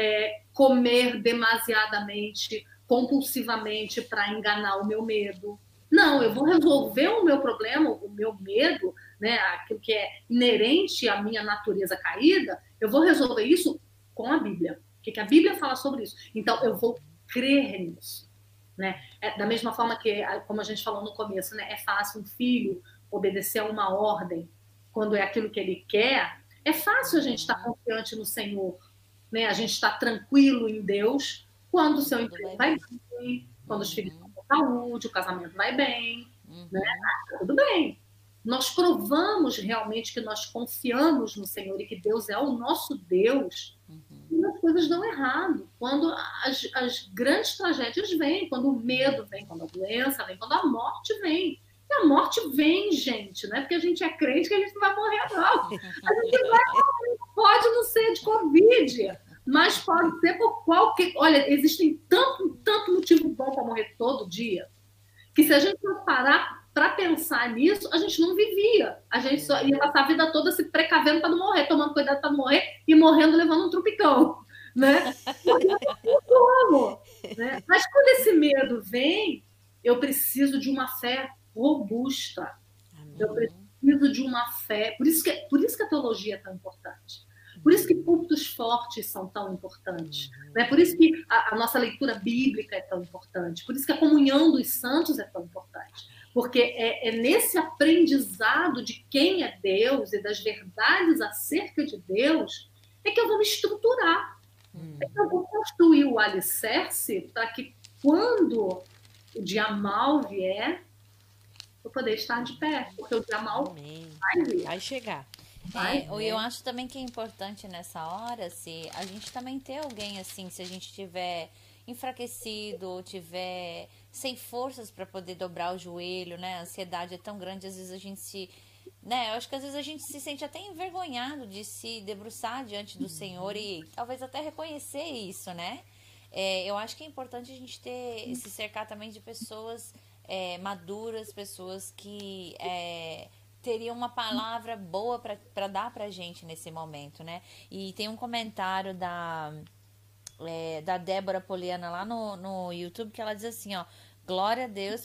comer demasiadamente, compulsivamente para enganar o meu medo. Não, eu vou resolver o meu problema, o meu medo, né, aquilo que é inerente à minha natureza caída, eu vou resolver isso com a Bíblia. O que a Bíblia fala sobre isso? Então, eu vou crer nisso. Né? Da mesma forma que, como a gente falou no começo, né, é fácil um filho obedecer a uma ordem quando é aquilo que ele quer. É fácil a gente estar confiante no Senhor, né? A gente estar tranquilo em Deus quando o seu emprego vai bem, quando os filhos estão com saúde, o casamento vai bem, né? Tudo bem. Nós provamos realmente que nós confiamos no Senhor e que Deus é o nosso Deus, e as coisas dão errado. Quando as grandes tragédias vêm, quando o medo vem, quando a doença vem, quando a morte vem. E a morte vem, gente, não é porque a gente é crente que a gente não vai morrer, não. A gente vai morrer, pode não ser de Covid, mas pode ser por qualquer... Olha, existem tanto motivo bom para morrer todo dia, que se a gente não parar para pensar nisso, a gente não vivia. A gente só ia passar a vida toda se precavendo para não morrer, tomando cuidado para não morrer e morrendo levando um trupicão, né? Porque não tem como, né? Mas quando esse medo vem, eu preciso de uma fé robusta. Eu preciso de uma fé. Por isso que a teologia é tão importante. Por isso que cultos fortes são tão importantes. Né? Por isso que a nossa leitura bíblica é tão importante. Por isso que a comunhão dos santos é tão importante. Porque é nesse aprendizado de quem é Deus e das verdades acerca de Deus é que eu vou me estruturar. É que eu vou construir o alicerce para que quando o dia mal vier, eu poder estar de pé. Porque o dia mal vai vir. Vai chegar. Eu acho também que é importante nessa hora, se a gente também ter alguém assim, se a gente tiver enfraquecido ou tiver sem forças para poder dobrar o joelho, né? A ansiedade é tão grande, às vezes a gente se... Né? Eu acho que às vezes a gente se sente até envergonhado de se debruçar diante do Senhor e talvez até reconhecer isso, né? Eu acho que é importante a gente se cercar também de pessoas maduras, pessoas que... teria uma palavra boa para dar pra gente nesse momento, né? E tem um comentário da Débora Poliana lá no YouTube que ela diz assim, ó: glória a Deus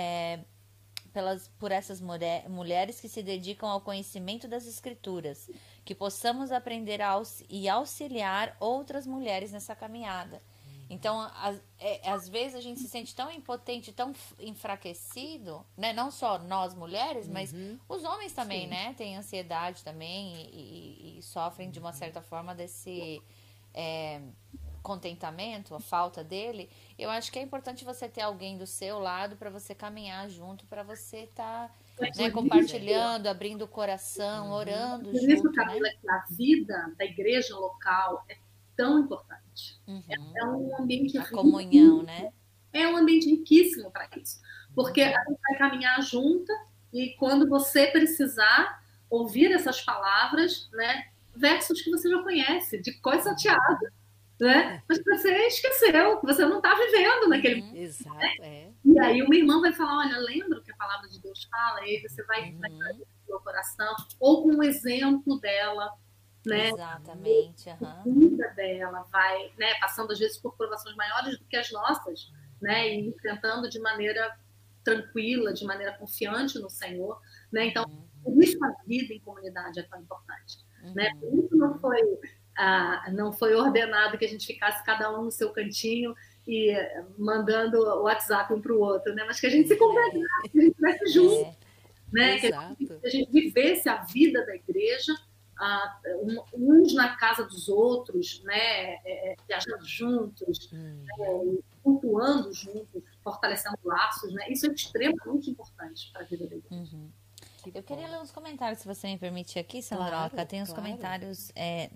por essas mulheres que se dedicam ao conhecimento das Escrituras, que possamos aprender e auxiliar outras mulheres nessa caminhada. Então, às vezes a gente se sente tão impotente, tão enfraquecido, né? Não só nós mulheres, mas os homens também, sim, né? Têm ansiedade também e sofrem de uma certa forma desse contentamento, a falta dele. Eu acho que é importante você ter alguém do seu lado para você caminhar junto, para você estar compartilhando, abrindo o coração, orando junto. Por isso, Camila, né? Que a vida da igreja local é tão importante. É um ambiente riquíssimo. Comunhão, né? É um ambiente riquíssimo para isso. Porque a gente vai caminhar junta e quando você precisar ouvir essas palavras, né, versos que você já conhece, de cor salteada, né? Mas que você esqueceu, que você não está vivendo naquele momento. Exato, né? E aí uma irmã vai falar, olha, lembra o que a palavra de Deus fala? E aí você vai trazer no seu coração, ou com um exemplo dela, né? Exatamente. A vida dela vai, né, passando às vezes por provações maiores do que as nossas, né, e enfrentando de maneira tranquila, de maneira confiante no Senhor, né? Então, por isso a vida em comunidade é tão importante, né? Por isso não foi ordenado que a gente ficasse cada um no seu cantinho e mandando o WhatsApp um para o outro, né? Mas que a gente se conversasse, que a gente estivesse junto, né? Que a gente vivesse a vida da igreja, uns na casa dos outros, né? Viajando juntos, cultuando juntos, fortalecendo laços, né? Isso é extremamente importante para a vida da igreja. Eu queria ler uns comentários, se você me permitir aqui, Sandroca. Claro, tem uns comentários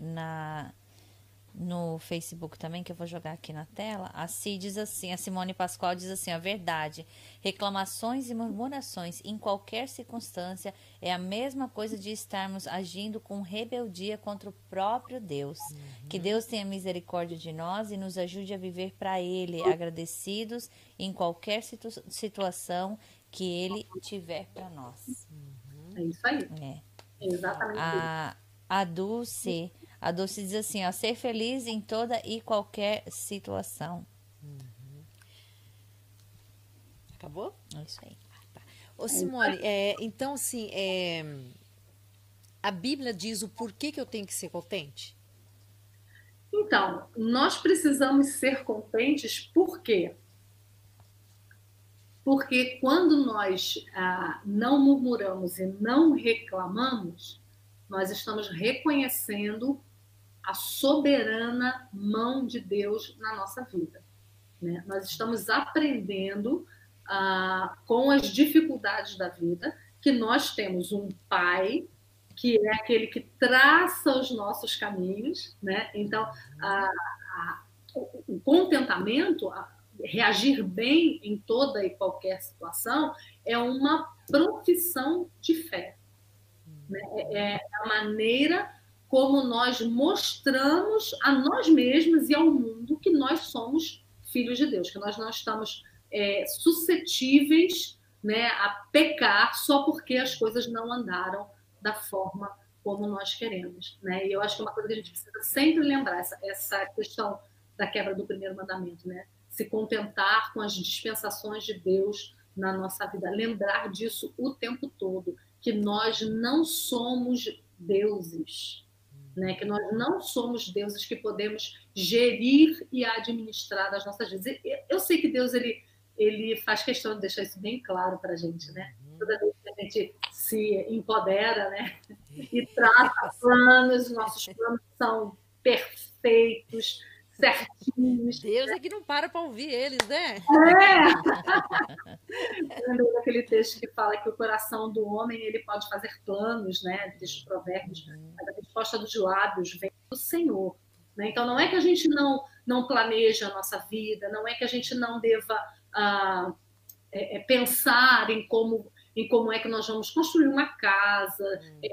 no Facebook também, que eu vou jogar aqui na tela. A Simone Pascoal diz assim, a verdade, reclamações e murmurações em qualquer circunstância é a mesma coisa de estarmos agindo com rebeldia contra o próprio Deus. Que Deus tenha misericórdia de nós e nos ajude a viver para Ele, agradecidos em qualquer situação que Ele tiver para nós. É isso aí. É exatamente A Dulce diz assim, ó, ser feliz em toda e qualquer situação. Acabou? É isso aí. Tá. Ô, Simone, então, assim, a Bíblia diz o porquê que eu tenho que ser contente? Então, nós precisamos ser contentes por quê? Porque quando nós não murmuramos e não reclamamos, nós estamos reconhecendo a soberana mão de Deus na nossa vida, né? Nós estamos aprendendo com as dificuldades da vida que nós temos um Pai que é aquele que traça os nossos caminhos, né? Então, o contentamento, reagir bem em toda e qualquer situação, é uma profissão de fé. Né? É a maneira como nós mostramos a nós mesmos e ao mundo que nós somos filhos de Deus, que nós não estamos suscetíveis, né, a pecar só porque as coisas não andaram da forma como nós queremos, né? E eu acho que é uma coisa que a gente precisa sempre lembrar, essa questão da quebra do primeiro mandamento, né? Se contentar com as dispensações de Deus na nossa vida, lembrar disso o tempo todo, que nós não somos deuses, né? Que nós não somos deuses que podemos gerir e administrar as nossas vidas. Eu sei que Deus ele faz questão de deixar isso bem claro para a gente, né? Toda vez que a gente se empodera, né? E traça planos, nossos planos são perfeitos, certinhos. Deus é que não para ouvir eles, né? Lembrei daquele texto que fala que o coração do homem ele pode fazer planos, né? Texto de Provérbios, mas a resposta dos lábios vem do Senhor. Né? Então, não é que a gente não planeja a nossa vida, não é que a gente não deva pensar em como é que nós vamos construir uma casa,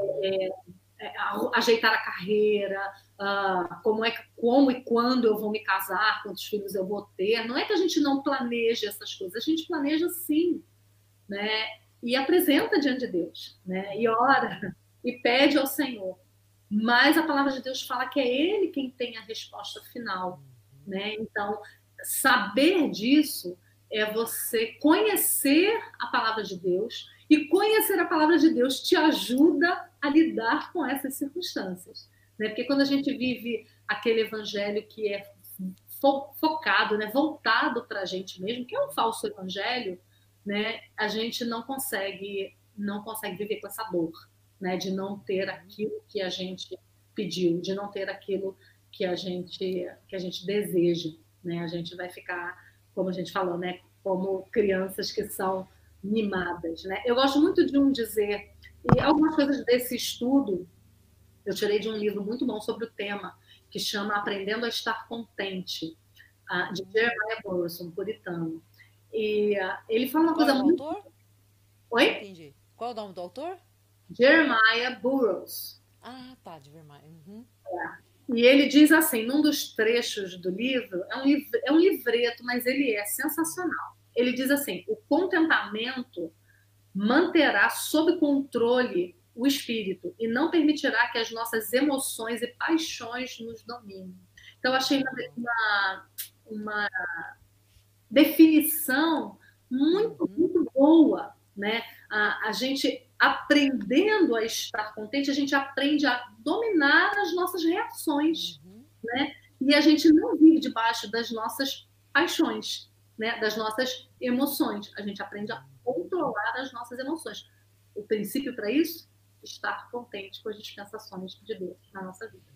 ajeitar a carreira, como e quando eu vou me casar, quantos filhos eu vou ter. Não é que a gente não planeja essas coisas, a gente planeja sim, né? E apresenta diante de Deus, né? E ora, e pede ao Senhor. Mas a palavra de Deus fala que é Ele quem tem a resposta final, né? Então, saber disso é você conhecer a palavra de Deus, e conhecer a palavra de Deus te ajuda a lidar com essas circunstâncias, né? Porque quando a gente vive aquele evangelho que é focado, né, voltado para a gente mesmo, que é um falso evangelho, né, a gente não consegue viver com essa dor, né, de não ter aquilo que a gente pediu, de não ter aquilo que a gente deseja, né? A gente vai ficar, como a gente falou, né, como crianças que são mimadas, né? Eu gosto muito de dizer, e algumas coisas desse estudo eu tirei de um livro muito bom sobre o tema, que chama Aprendendo a Estar Contente, de Jeremiah Burroughs, um puritano. E ele fala uma coisa muito... Qual é o autor? Oi? Entendi. Qual é o nome do autor? Jeremiah Burroughs. Ah, tá, de Jeremiah. Uhum. E ele diz assim, num dos trechos do livro, é um livreto, mas ele é sensacional. Ele diz assim, o contentamento manterá sob controle o espírito e não permitirá que as nossas emoções e paixões nos dominem. Então, eu achei uma definição muito, muito boa, né? A gente aprendendo a estar contente, a gente aprende a dominar as nossas reações, né? E a gente não vive debaixo das nossas paixões, né? Das nossas emoções. A gente aprende a controlar as nossas emoções. O princípio para isso? Estar contente com as dispensações de Deus na nossa vida.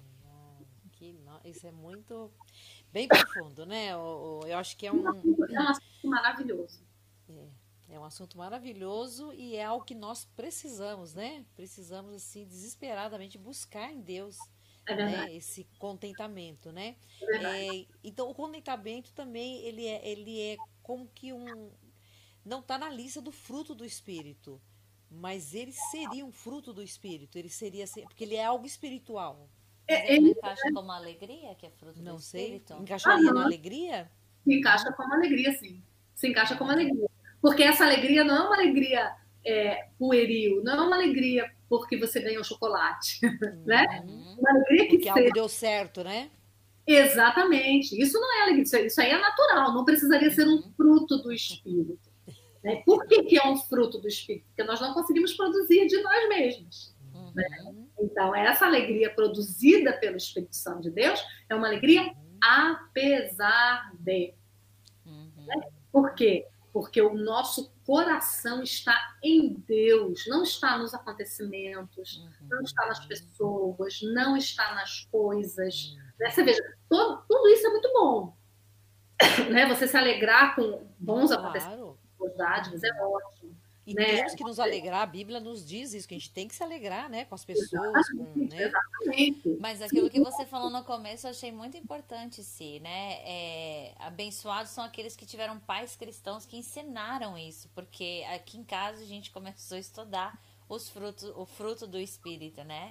Isso é muito... bem profundo, né? Eu acho que é um assunto maravilhoso. É um assunto maravilhoso e é algo que nós precisamos, né? Precisamos, assim, desesperadamente buscar em Deus, né? Esse contentamento, né? Então, o contentamento também, ele é como que não está na lista do fruto do Espírito, mas ele seria um fruto do Espírito, ele seria, porque ele é algo espiritual. Ele encaixa como alegria, que é fruto do Espírito? Não sei, encaixaria na alegria? Se encaixa como alegria, sim. Se encaixa como alegria. Porque essa alegria não é uma alegria pueril, não é uma alegria porque você ganhou chocolate, né? Uma alegria que porque algo deu certo, né? Exatamente. Isso não é alegria, isso aí é natural, não precisaria ser um fruto do Espírito. Né? Por que é um fruto do Espírito? Porque nós não conseguimos produzir de nós mesmos. Né? Então, essa alegria produzida pelo Espírito Santo de Deus é uma alegria apesar de. Né? Por quê? Porque o nosso coração está em Deus, não está nos acontecimentos, não está nas pessoas, não está nas coisas. Né? Você veja, tudo isso é muito bom. Né? Você se alegrar com bons acontecimentos, boas dádivas, é ótimo. E né? temos que nos alegrar, a Bíblia nos diz isso, que a gente tem que se alegrar, né, com as pessoas. Exatamente. Mas aquilo que você falou no começo eu achei muito importante, né? Abençoados são aqueles que tiveram pais cristãos que ensinaram isso, porque aqui em casa a gente começou a estudar o fruto do Espírito, né?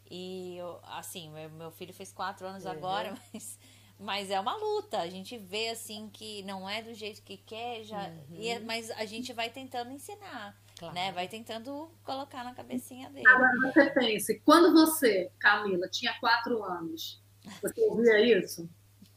E, assim, meu filho fez 4 anos agora, mas é uma luta. A gente vê, assim, que não é do jeito que quer, mas a gente vai tentando ensinar, né? Vai tentando colocar na cabecinha dele. Agora você pense, quando você, Camila, tinha 4 anos, você ouvia isso?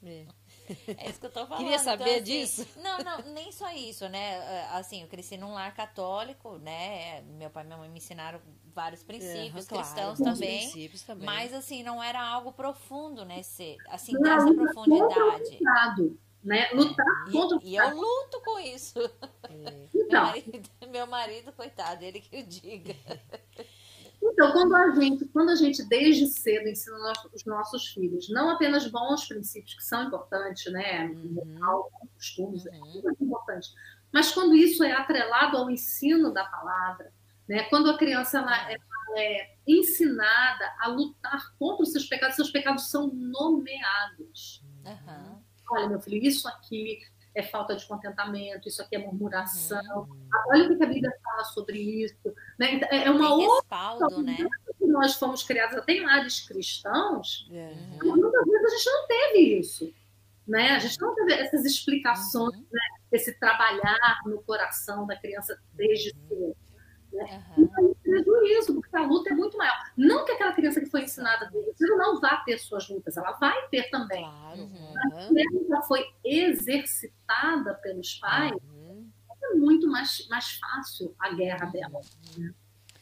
É isso que eu tô falando. Queria saber então, assim, disso? Não, nem só isso, né? Assim, eu cresci num lar católico, né? Meu pai e minha mãe me ensinaram vários princípios cristãos também. Mas, assim, não era algo profundo, né? Assim, dessa profundidade. Né? Lutar contra o E eu luto com isso. Então, meu marido, coitado, ele que o diga. Então, quando a gente desde cedo ensina os nossos filhos, não apenas bons princípios, que são importantes, né? Moral, costumes, é muito importante. Mas quando isso é atrelado ao ensino da palavra, né? Quando a criança ela é ensinada a lutar contra os seus pecados são nomeados. Olha, meu filho, isso aqui é falta de contentamento, isso aqui é murmuração. Olha o que a Bíblia fala sobre isso. Né? É uma outra né? Que nós fomos criados até em lares cristãos, muitas vezes a gente não teve isso. Né? A gente não teve essas explicações, né? Esse trabalhar no coração da criança desde cedo. Né? Então, prejuízo, porque a luta é muito maior. Não que aquela criança que foi ensinada desde cedo não vá ter suas lutas, ela vai ter também. Claro. Mas se ela já foi exercitada pelos pais, é muito mais fácil a guerra dela. Né?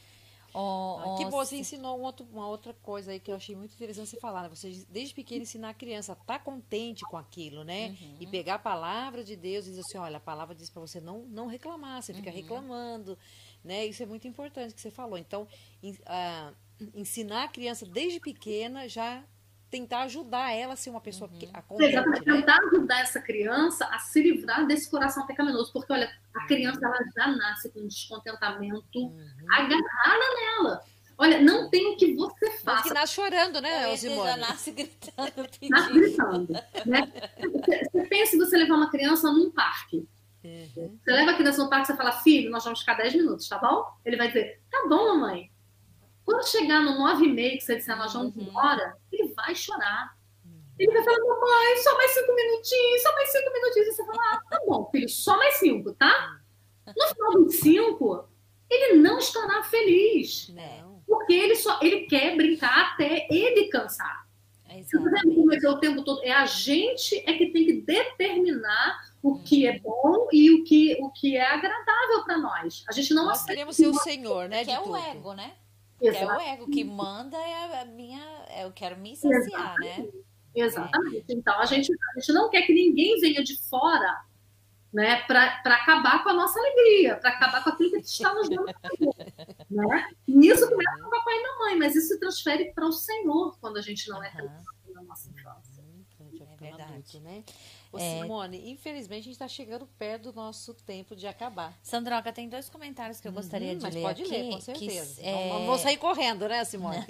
Que bom, você ensinou uma outra coisa aí que eu achei muito interessante você falar, né? Você desde pequeno ensinar a criança a estar contente com aquilo, né? E pegar a palavra de Deus e dizer assim, olha, a palavra diz para você não reclamar, você fica reclamando, né? Isso é muito importante que você falou. Então, ensinar a criança desde pequena já tentar ajudar ela a ser uma pessoa contente, né? Tentar ajudar essa criança a se livrar desse coração pecaminoso, porque olha, a criança ela já nasce com um descontentamento agarrada nela. Olha, não tem o que você faça. Mas que nasce chorando, né, Simone? Já nasce gritando, pedindo. Nasce gritando, né? Você pensa em você levar uma criança num parque. Você leva a criança no parque, você fala, filho, nós vamos ficar 10 minutos, tá bom? Ele vai dizer, tá bom, mamãe. Quando chegar no 9h30, que você disser, nós vamos embora, ele vai chorar. Ele vai falar, mamãe, só mais 5 minutinhos, só mais 5 minutinhos. E você fala, tá bom, filho, só mais 5, tá? No final dos 5, ele não estará feliz. Não. Porque ele quer brincar até ele cansar. Mas o tempo todo. É a gente que tem que determinar o que é bom e o que é agradável para nós. A gente não nós queremos ser o Senhor, né? Que é o ego, né? Que é o ego que manda, eu quero me saciar, né? Exatamente. Então, a gente não quer que ninguém venha de fora, né, para acabar com a nossa alegria, para acabar com aquilo que está nos dando né? E isso começa com o papai e mamãe, mas isso se transfere para o Senhor quando a gente não é criança na nossa infância. É verdade. Adulto, né? Simone, infelizmente a gente está chegando perto do nosso tempo de acabar. Sandroca, tem 2 comentários que eu gostaria de ler pode aqui. Ler, com certeza. Não vou sair correndo, né, Simone?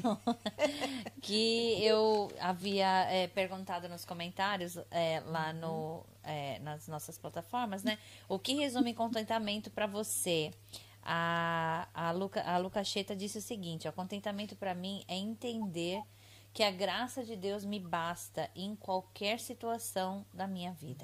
Que eu havia perguntado nos comentários lá nas nossas plataformas, né? O que resume contentamento para você? A Luca Cheta disse o seguinte, ó, contentamento para mim é entender que a graça de Deus me basta em qualquer situação da minha vida.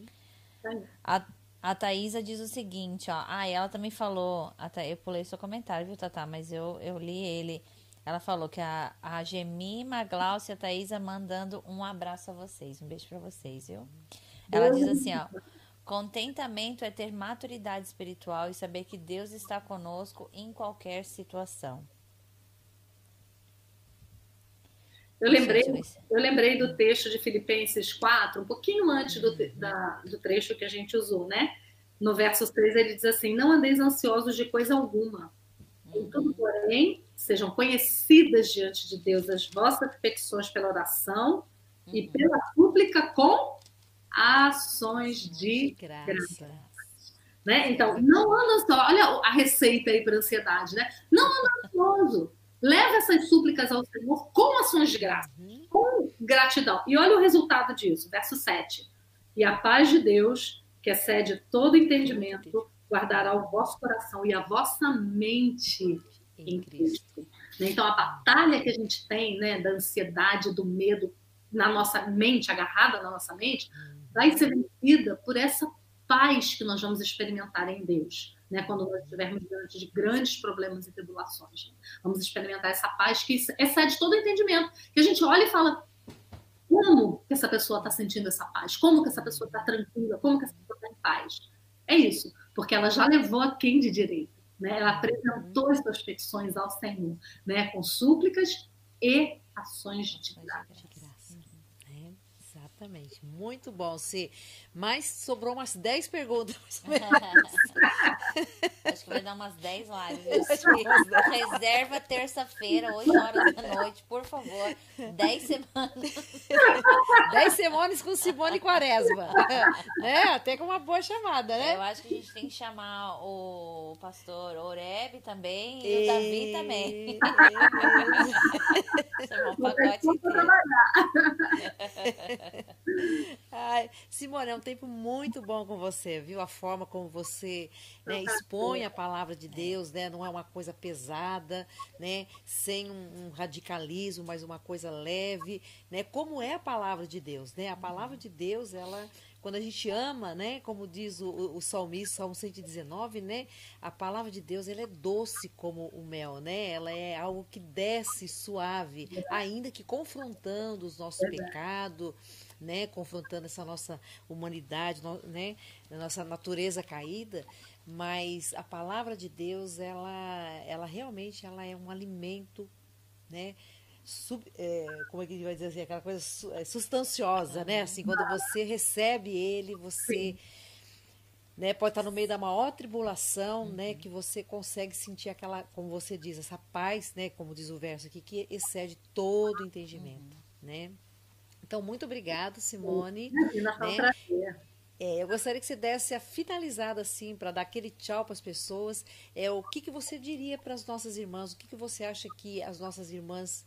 A Thaisa diz o seguinte, ó. Ela também falou, eu pulei seu comentário, viu, Tatá? Mas eu li ele. Ela falou que a Gemima, a Glaucia e a Thaisa mandando um abraço a vocês. Um beijo pra vocês, viu? Ela diz assim, ó. Contentamento é ter maturidade espiritual e saber que Deus está conosco em qualquer situação. Eu lembrei do texto de Filipenses 4, um pouquinho antes do trecho que a gente usou, né? No verso 3, ele diz assim, não andeis ansiosos de coisa alguma. Em tudo, porém, sejam conhecidas diante de Deus as vossas petições pela oração e pela súplica com ações de graça. Né? Então, não anda só, olha a receita aí para a ansiedade, né? Não anda ansioso. Leva essas súplicas ao Senhor com ações de graça, com gratidão. E olha o resultado disso, verso 7. E a paz de Deus, que excede todo entendimento, guardará o vosso coração e a vossa mente em Cristo. né? Então, a batalha que a gente tem, né, da ansiedade, do medo na nossa mente, agarrada na nossa mente, vai ser vencida por essa paz que nós vamos experimentar em Deus, né? Quando nós estivermos diante de grandes problemas e tribulações. Né? Vamos experimentar essa paz que excede todo o entendimento. Que a gente olha e fala, como que essa pessoa está sentindo essa paz? Como que essa pessoa está tranquila? Como que essa pessoa está em paz? É isso, porque ela já levou a quem de direito, né? Ela apresentou as suas petições ao Senhor, né? Com súplicas e ações de graça. Exatamente, muito bom. Mas sobrou umas 10 perguntas. Acho que vai dar umas 10 lives. Reserva terça-feira, 8 horas da noite, por favor. 10 semanas. 10 semanas com Simone Quaresma. Né? Até com uma boa chamada, né? Eu acho que a gente tem que chamar o pastor Oreb também e o Davi também. Chamar um pacote inteiro. Ai, Simone, é um tempo muito bom com você, viu? A forma como você, né, expõe a palavra de Deus, né? Não é uma coisa pesada, né? Sem um radicalismo, mas uma coisa leve, né? Como é a palavra de Deus, né? A palavra de Deus, ela, quando a gente ama, né? Como diz o salmista, Salmo 119, né? A palavra de Deus, ela é doce como o mel, né? Ela é algo que desce suave, ainda que confrontando os nossos pecados, né, confrontando essa nossa humanidade, né, nossa natureza caída, mas a palavra de Deus, ela realmente ela é um alimento, né, como é que a gente vai dizer assim, aquela coisa sustanciosa, né, assim, quando você recebe ele, você, né, pode estar no meio da maior tribulação, né, que você consegue sentir aquela, como você diz, essa paz, né, como diz o verso aqui, que excede todo entendimento, né. Então, muito obrigada, Simone. Né? Eu gostaria que você desse a finalizada, assim, para dar aquele tchau para as pessoas. O que você diria para as nossas irmãs? O que você acha que as nossas irmãs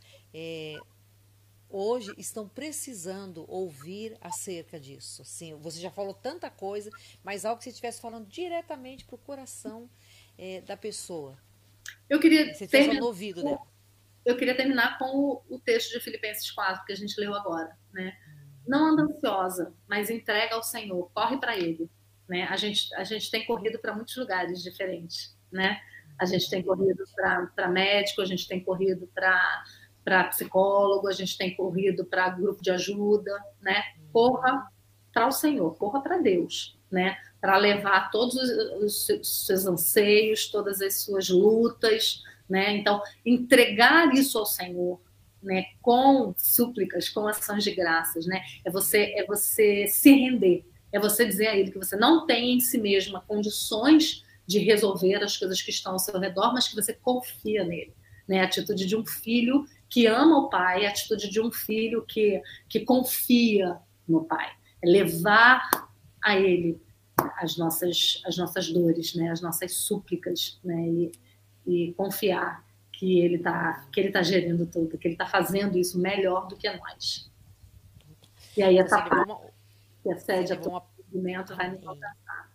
hoje estão precisando ouvir acerca disso? Assim, você já falou tanta coisa, mas algo que você estivesse falando diretamente para o coração da pessoa. Eu queria você estivesse no ouvido dela. Eu queria terminar com o texto de Filipenses 4, que a gente leu agora, né? Não anda ansiosa, mas entrega ao Senhor, corre para Ele, né? A gente tem corrido para muitos lugares diferentes, né? A gente tem corrido para médico, a gente tem corrido para psicólogo, a gente tem corrido para grupo de ajuda, né? Corra para o Senhor, corra para Deus, né? Para levar todos os seus anseios, todas as suas lutas, né? Então, entregar isso ao Senhor, né? Com súplicas, com ações de graças, né? É você se render, é você dizer a Ele que você não tem em si mesma condições de resolver as coisas que estão ao seu redor, mas que você confia nele, né? A atitude de um filho que ama o pai, a atitude de um filho que confia no pai, é levar a Ele as nossas dores, né? As nossas súplicas, né? E confiar que ele tá gerindo tudo, que ele está fazendo isso melhor do que nós. E aí essa paz que excede a todo movimento vai nos alcançar.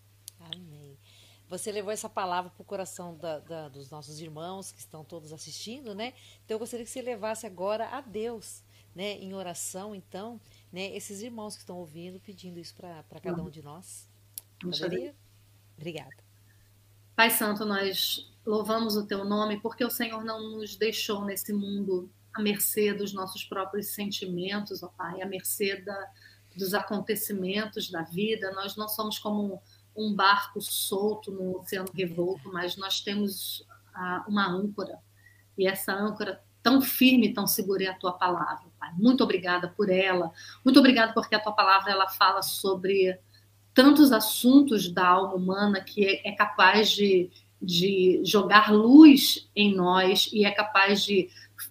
Amém. Você levou essa palavra para o coração dos nossos irmãos que estão todos assistindo, né? Então eu gostaria que você levasse agora a Deus, né? Em oração, então, né? Esses irmãos que estão ouvindo, pedindo isso para cada um de nós. Poderia? Obrigada. Pai Santo, nós louvamos o Teu nome porque o Senhor não nos deixou nesse mundo à mercê dos nossos próprios sentimentos, ó Pai, à mercê dos acontecimentos da vida. Nós não somos como um barco solto no oceano revolto, mas nós temos uma âncora. E essa âncora tão firme, tão segura é a Tua palavra, Pai. Muito obrigada por ela. Muito obrigada porque a Tua palavra ela fala sobre tantos assuntos da alma humana que é capaz de jogar luz em nós e é capaz de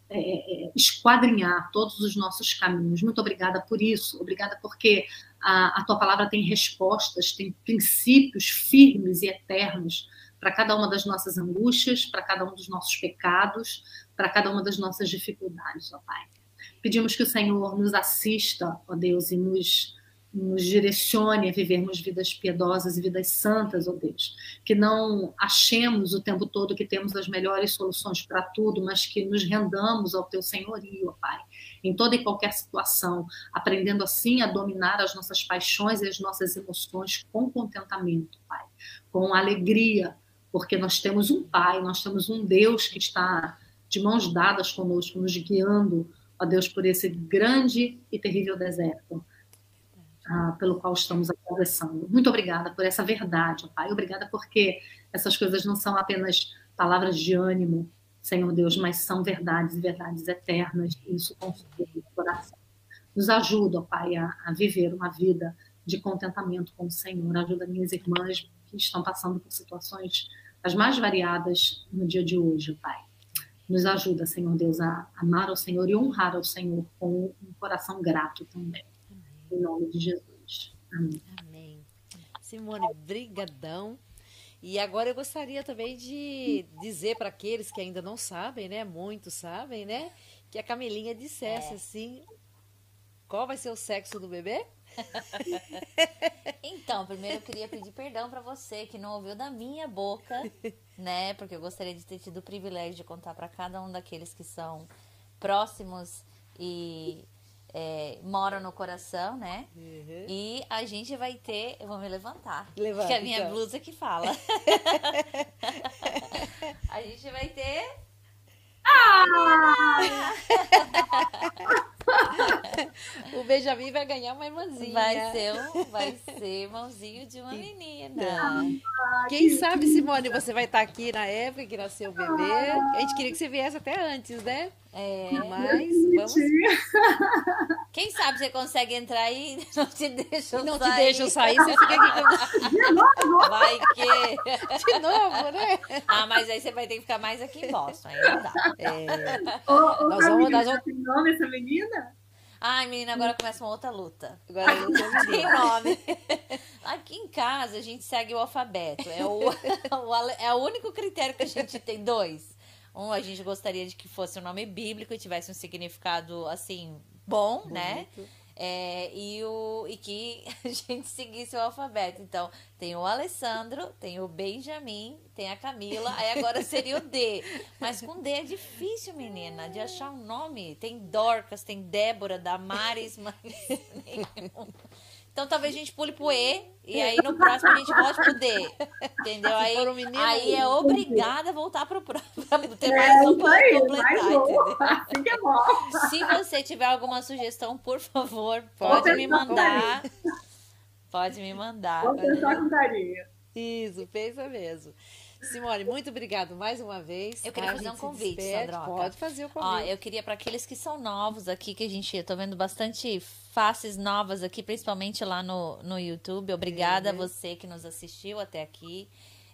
esquadrinhar todos os nossos caminhos. Muito obrigada por isso. Obrigada porque a Tua palavra tem respostas, tem princípios firmes e eternos para cada uma das nossas angústias, para cada um dos nossos pecados, para cada uma das nossas dificuldades, ó Pai. Pedimos que o Senhor nos assista, ó Deus, e nos nos direcione a vivermos vidas piedosas e vidas santas, ó Deus. Que não achemos o tempo todo que temos as melhores soluções para tudo, mas que nos rendamos ao teu senhorio, ó Pai, em toda e qualquer situação, aprendendo assim a dominar as nossas paixões e as nossas emoções com contentamento, Pai, com alegria, porque nós temos um Pai, nós temos um Deus que está de mãos dadas conosco, nos guiando, ó Deus, por esse grande e terrível deserto pelo qual estamos atravessando. Muito obrigada por essa verdade, ó Pai. Obrigada porque essas coisas não são apenas palavras de ânimo, Senhor Deus, mas são verdades e verdades eternas. E isso consola o coração. Nos ajuda, ó Pai, a viver uma vida de contentamento com o Senhor. Ajuda minhas irmãs que estão passando por situações as mais variadas no dia de hoje, ó Pai. Nos ajuda, Senhor Deus, a amar ao Senhor e honrar ao Senhor com um coração grato também. Em nome de Jesus. Amém. Amém. Simone, brigadão. E agora eu gostaria também de dizer para aqueles que ainda não sabem, né? Muitos sabem, né? Que a Camilinha dissesse assim, qual vai ser o sexo do bebê? Então, primeiro eu queria pedir perdão para você que não ouviu da minha boca, né? Porque eu gostaria de ter tido o privilégio de contar para cada um daqueles que são próximos e moram no coração, né? Uhum. E a gente vai ter... Eu vou me levantar. Levanta, que é a minha então. blusa que fala. A gente vai ter... O Benjamin vai ganhar uma irmãzinha. Vai ser irmãozinho de uma menina. Quem sabe, Simone, você vai estar aqui na época que nasceu o bebê. A gente queria que você viesse até antes, né? Mas vamos... Quem sabe você consegue entrar e não te deixa sair. Não te deixa sair, você fica aqui com... Vai que... De novo, né? Mas aí você vai ter que ficar mais aqui em Boston. Aí não dá. Nós vamos... Tem nome essa menina? Ai, menina, agora começa uma outra luta. Agora eu não tem nome. Aqui em casa, a gente segue o alfabeto. É o único critério que a gente tem, 2. A gente gostaria de que fosse um nome bíblico e tivesse um significado, assim, bom, né? E que a gente seguisse o alfabeto. Então, tem o Alessandro, tem o Benjamin, tem a Camila, aí agora seria o D. Mas com D é difícil, menina, de achar um nome. Tem Dorcas, tem Débora, Damares, mas nenhum. Então talvez a gente pule pro E e aí no próximo a gente volte pro D. Entendeu? Aí é obrigada a voltar pro próximo pra ter mais um pra completar, entendeu? Assim que é bom. Se você tiver alguma sugestão, por favor, pode me mandar. Pode me mandar. Vou pensar com carinho. Isso, pensa mesmo. Simone, muito obrigado mais uma vez. Eu queria fazer um convite, Sandroca. Pode fazer o convite. Eu queria para aqueles que são novos aqui, que eu tô vendo bastante faces novas aqui, principalmente lá no YouTube. Obrigada a você que nos assistiu até aqui.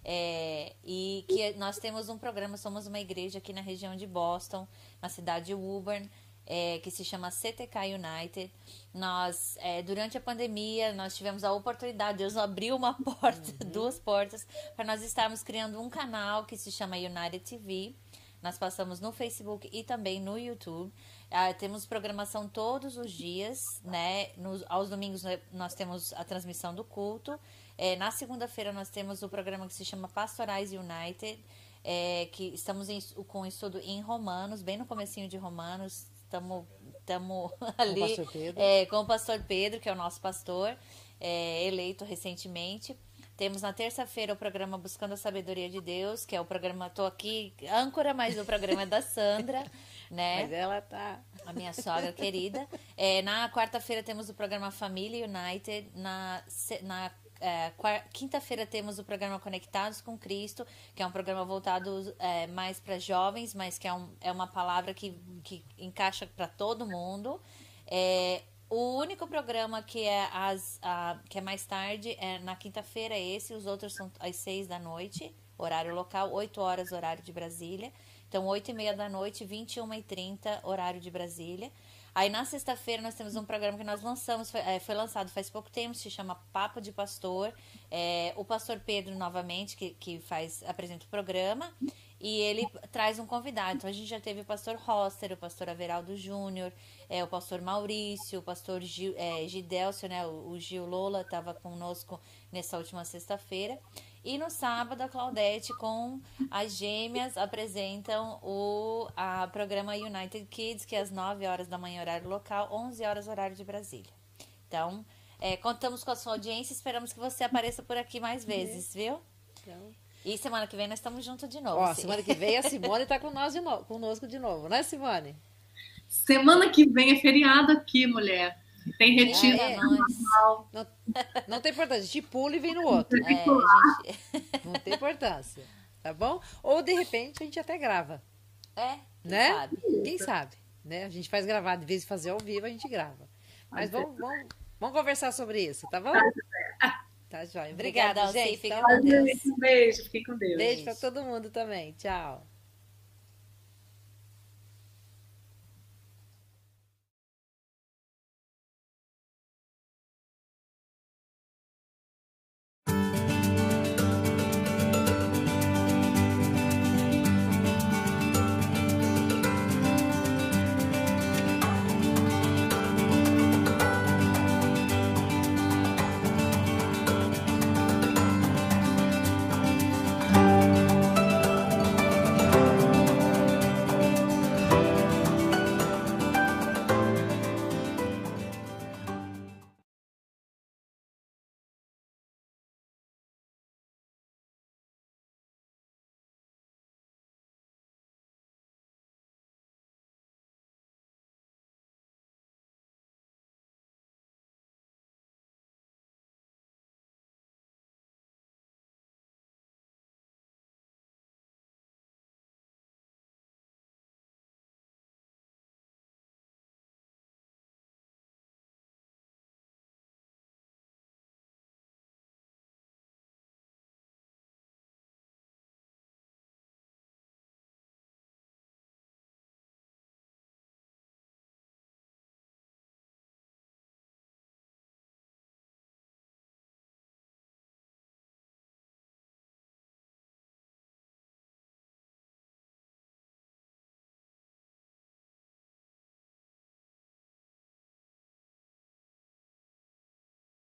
E que nós temos um programa, somos uma igreja aqui na região de Boston, na cidade de Woburn, que se chama CTK United. Nós, durante a pandemia, nós tivemos a oportunidade, Deus abriu uma porta, 2 portas, para nós estarmos criando um canal que se chama United TV. Nós passamos no Facebook e também no YouTube. Temos programação todos os dias, né? Aos domingos nós temos a transmissão do culto. Na segunda-feira nós temos o programa que se chama Pastorais United, que estamos com estudo em Romanos, bem no comecinho de Romanos. Estamos ali com o pastor Pedro, que é o nosso pastor, eleito recentemente. Temos na terça-feira o programa Buscando a Sabedoria de Deus, que é o programa, tô aqui âncora, mas o programa é da Sandra, né? Mas ela tá... A minha sogra querida. Na quarta-feira temos o programa Família United. Na quinta-feira temos o programa Conectados com Cristo, que é um programa voltado mais para jovens, mas que é uma palavra que encaixa para todo mundo. O único programa que é mais tarde na quinta-feira os outros são às 6 da noite, horário local, 8 horas, horário de Brasília. Então, 8h30 da noite, 21h30, horário de Brasília. Aí, na sexta-feira, nós temos um programa que nós lançamos, foi lançado faz pouco tempo, se chama Papo de Pastor. O pastor Pedro, novamente, que apresenta o programa. e ele traz um convidado. Então a gente já teve o pastor Rosser, o pastor Averaldo Júnior, o pastor Maurício, o pastor Gidélcio, né? O Gil Lola estava conosco nessa última sexta-feira. E no sábado a Claudete com as gêmeas apresentam o programa United Kids, que é às 9 horas da manhã, horário local, 11 horas, horário de Brasília. Então, contamos com a sua audiência, esperamos que você apareça por aqui mais vezes, viu? Então... E semana que vem nós estamos juntos de novo. Ó, semana que vem a Simone está conosco de novo, né, Simone? Semana que vem é feriado aqui, mulher. Tem retiro. Não tem importância, a gente pula e vem no outro. Não tem importância, tá bom? Ou de repente a gente até grava. Né? Sabe. Quem sabe? Né? A gente faz gravar, de vez de fazer ao vivo, a gente grava. Mas vamos conversar sobre isso, tá bom? Tá, joia. Obrigada, gente. Fique com Deus. Um beijo, fique com Deus. Beijo pra todo mundo também. Tchau.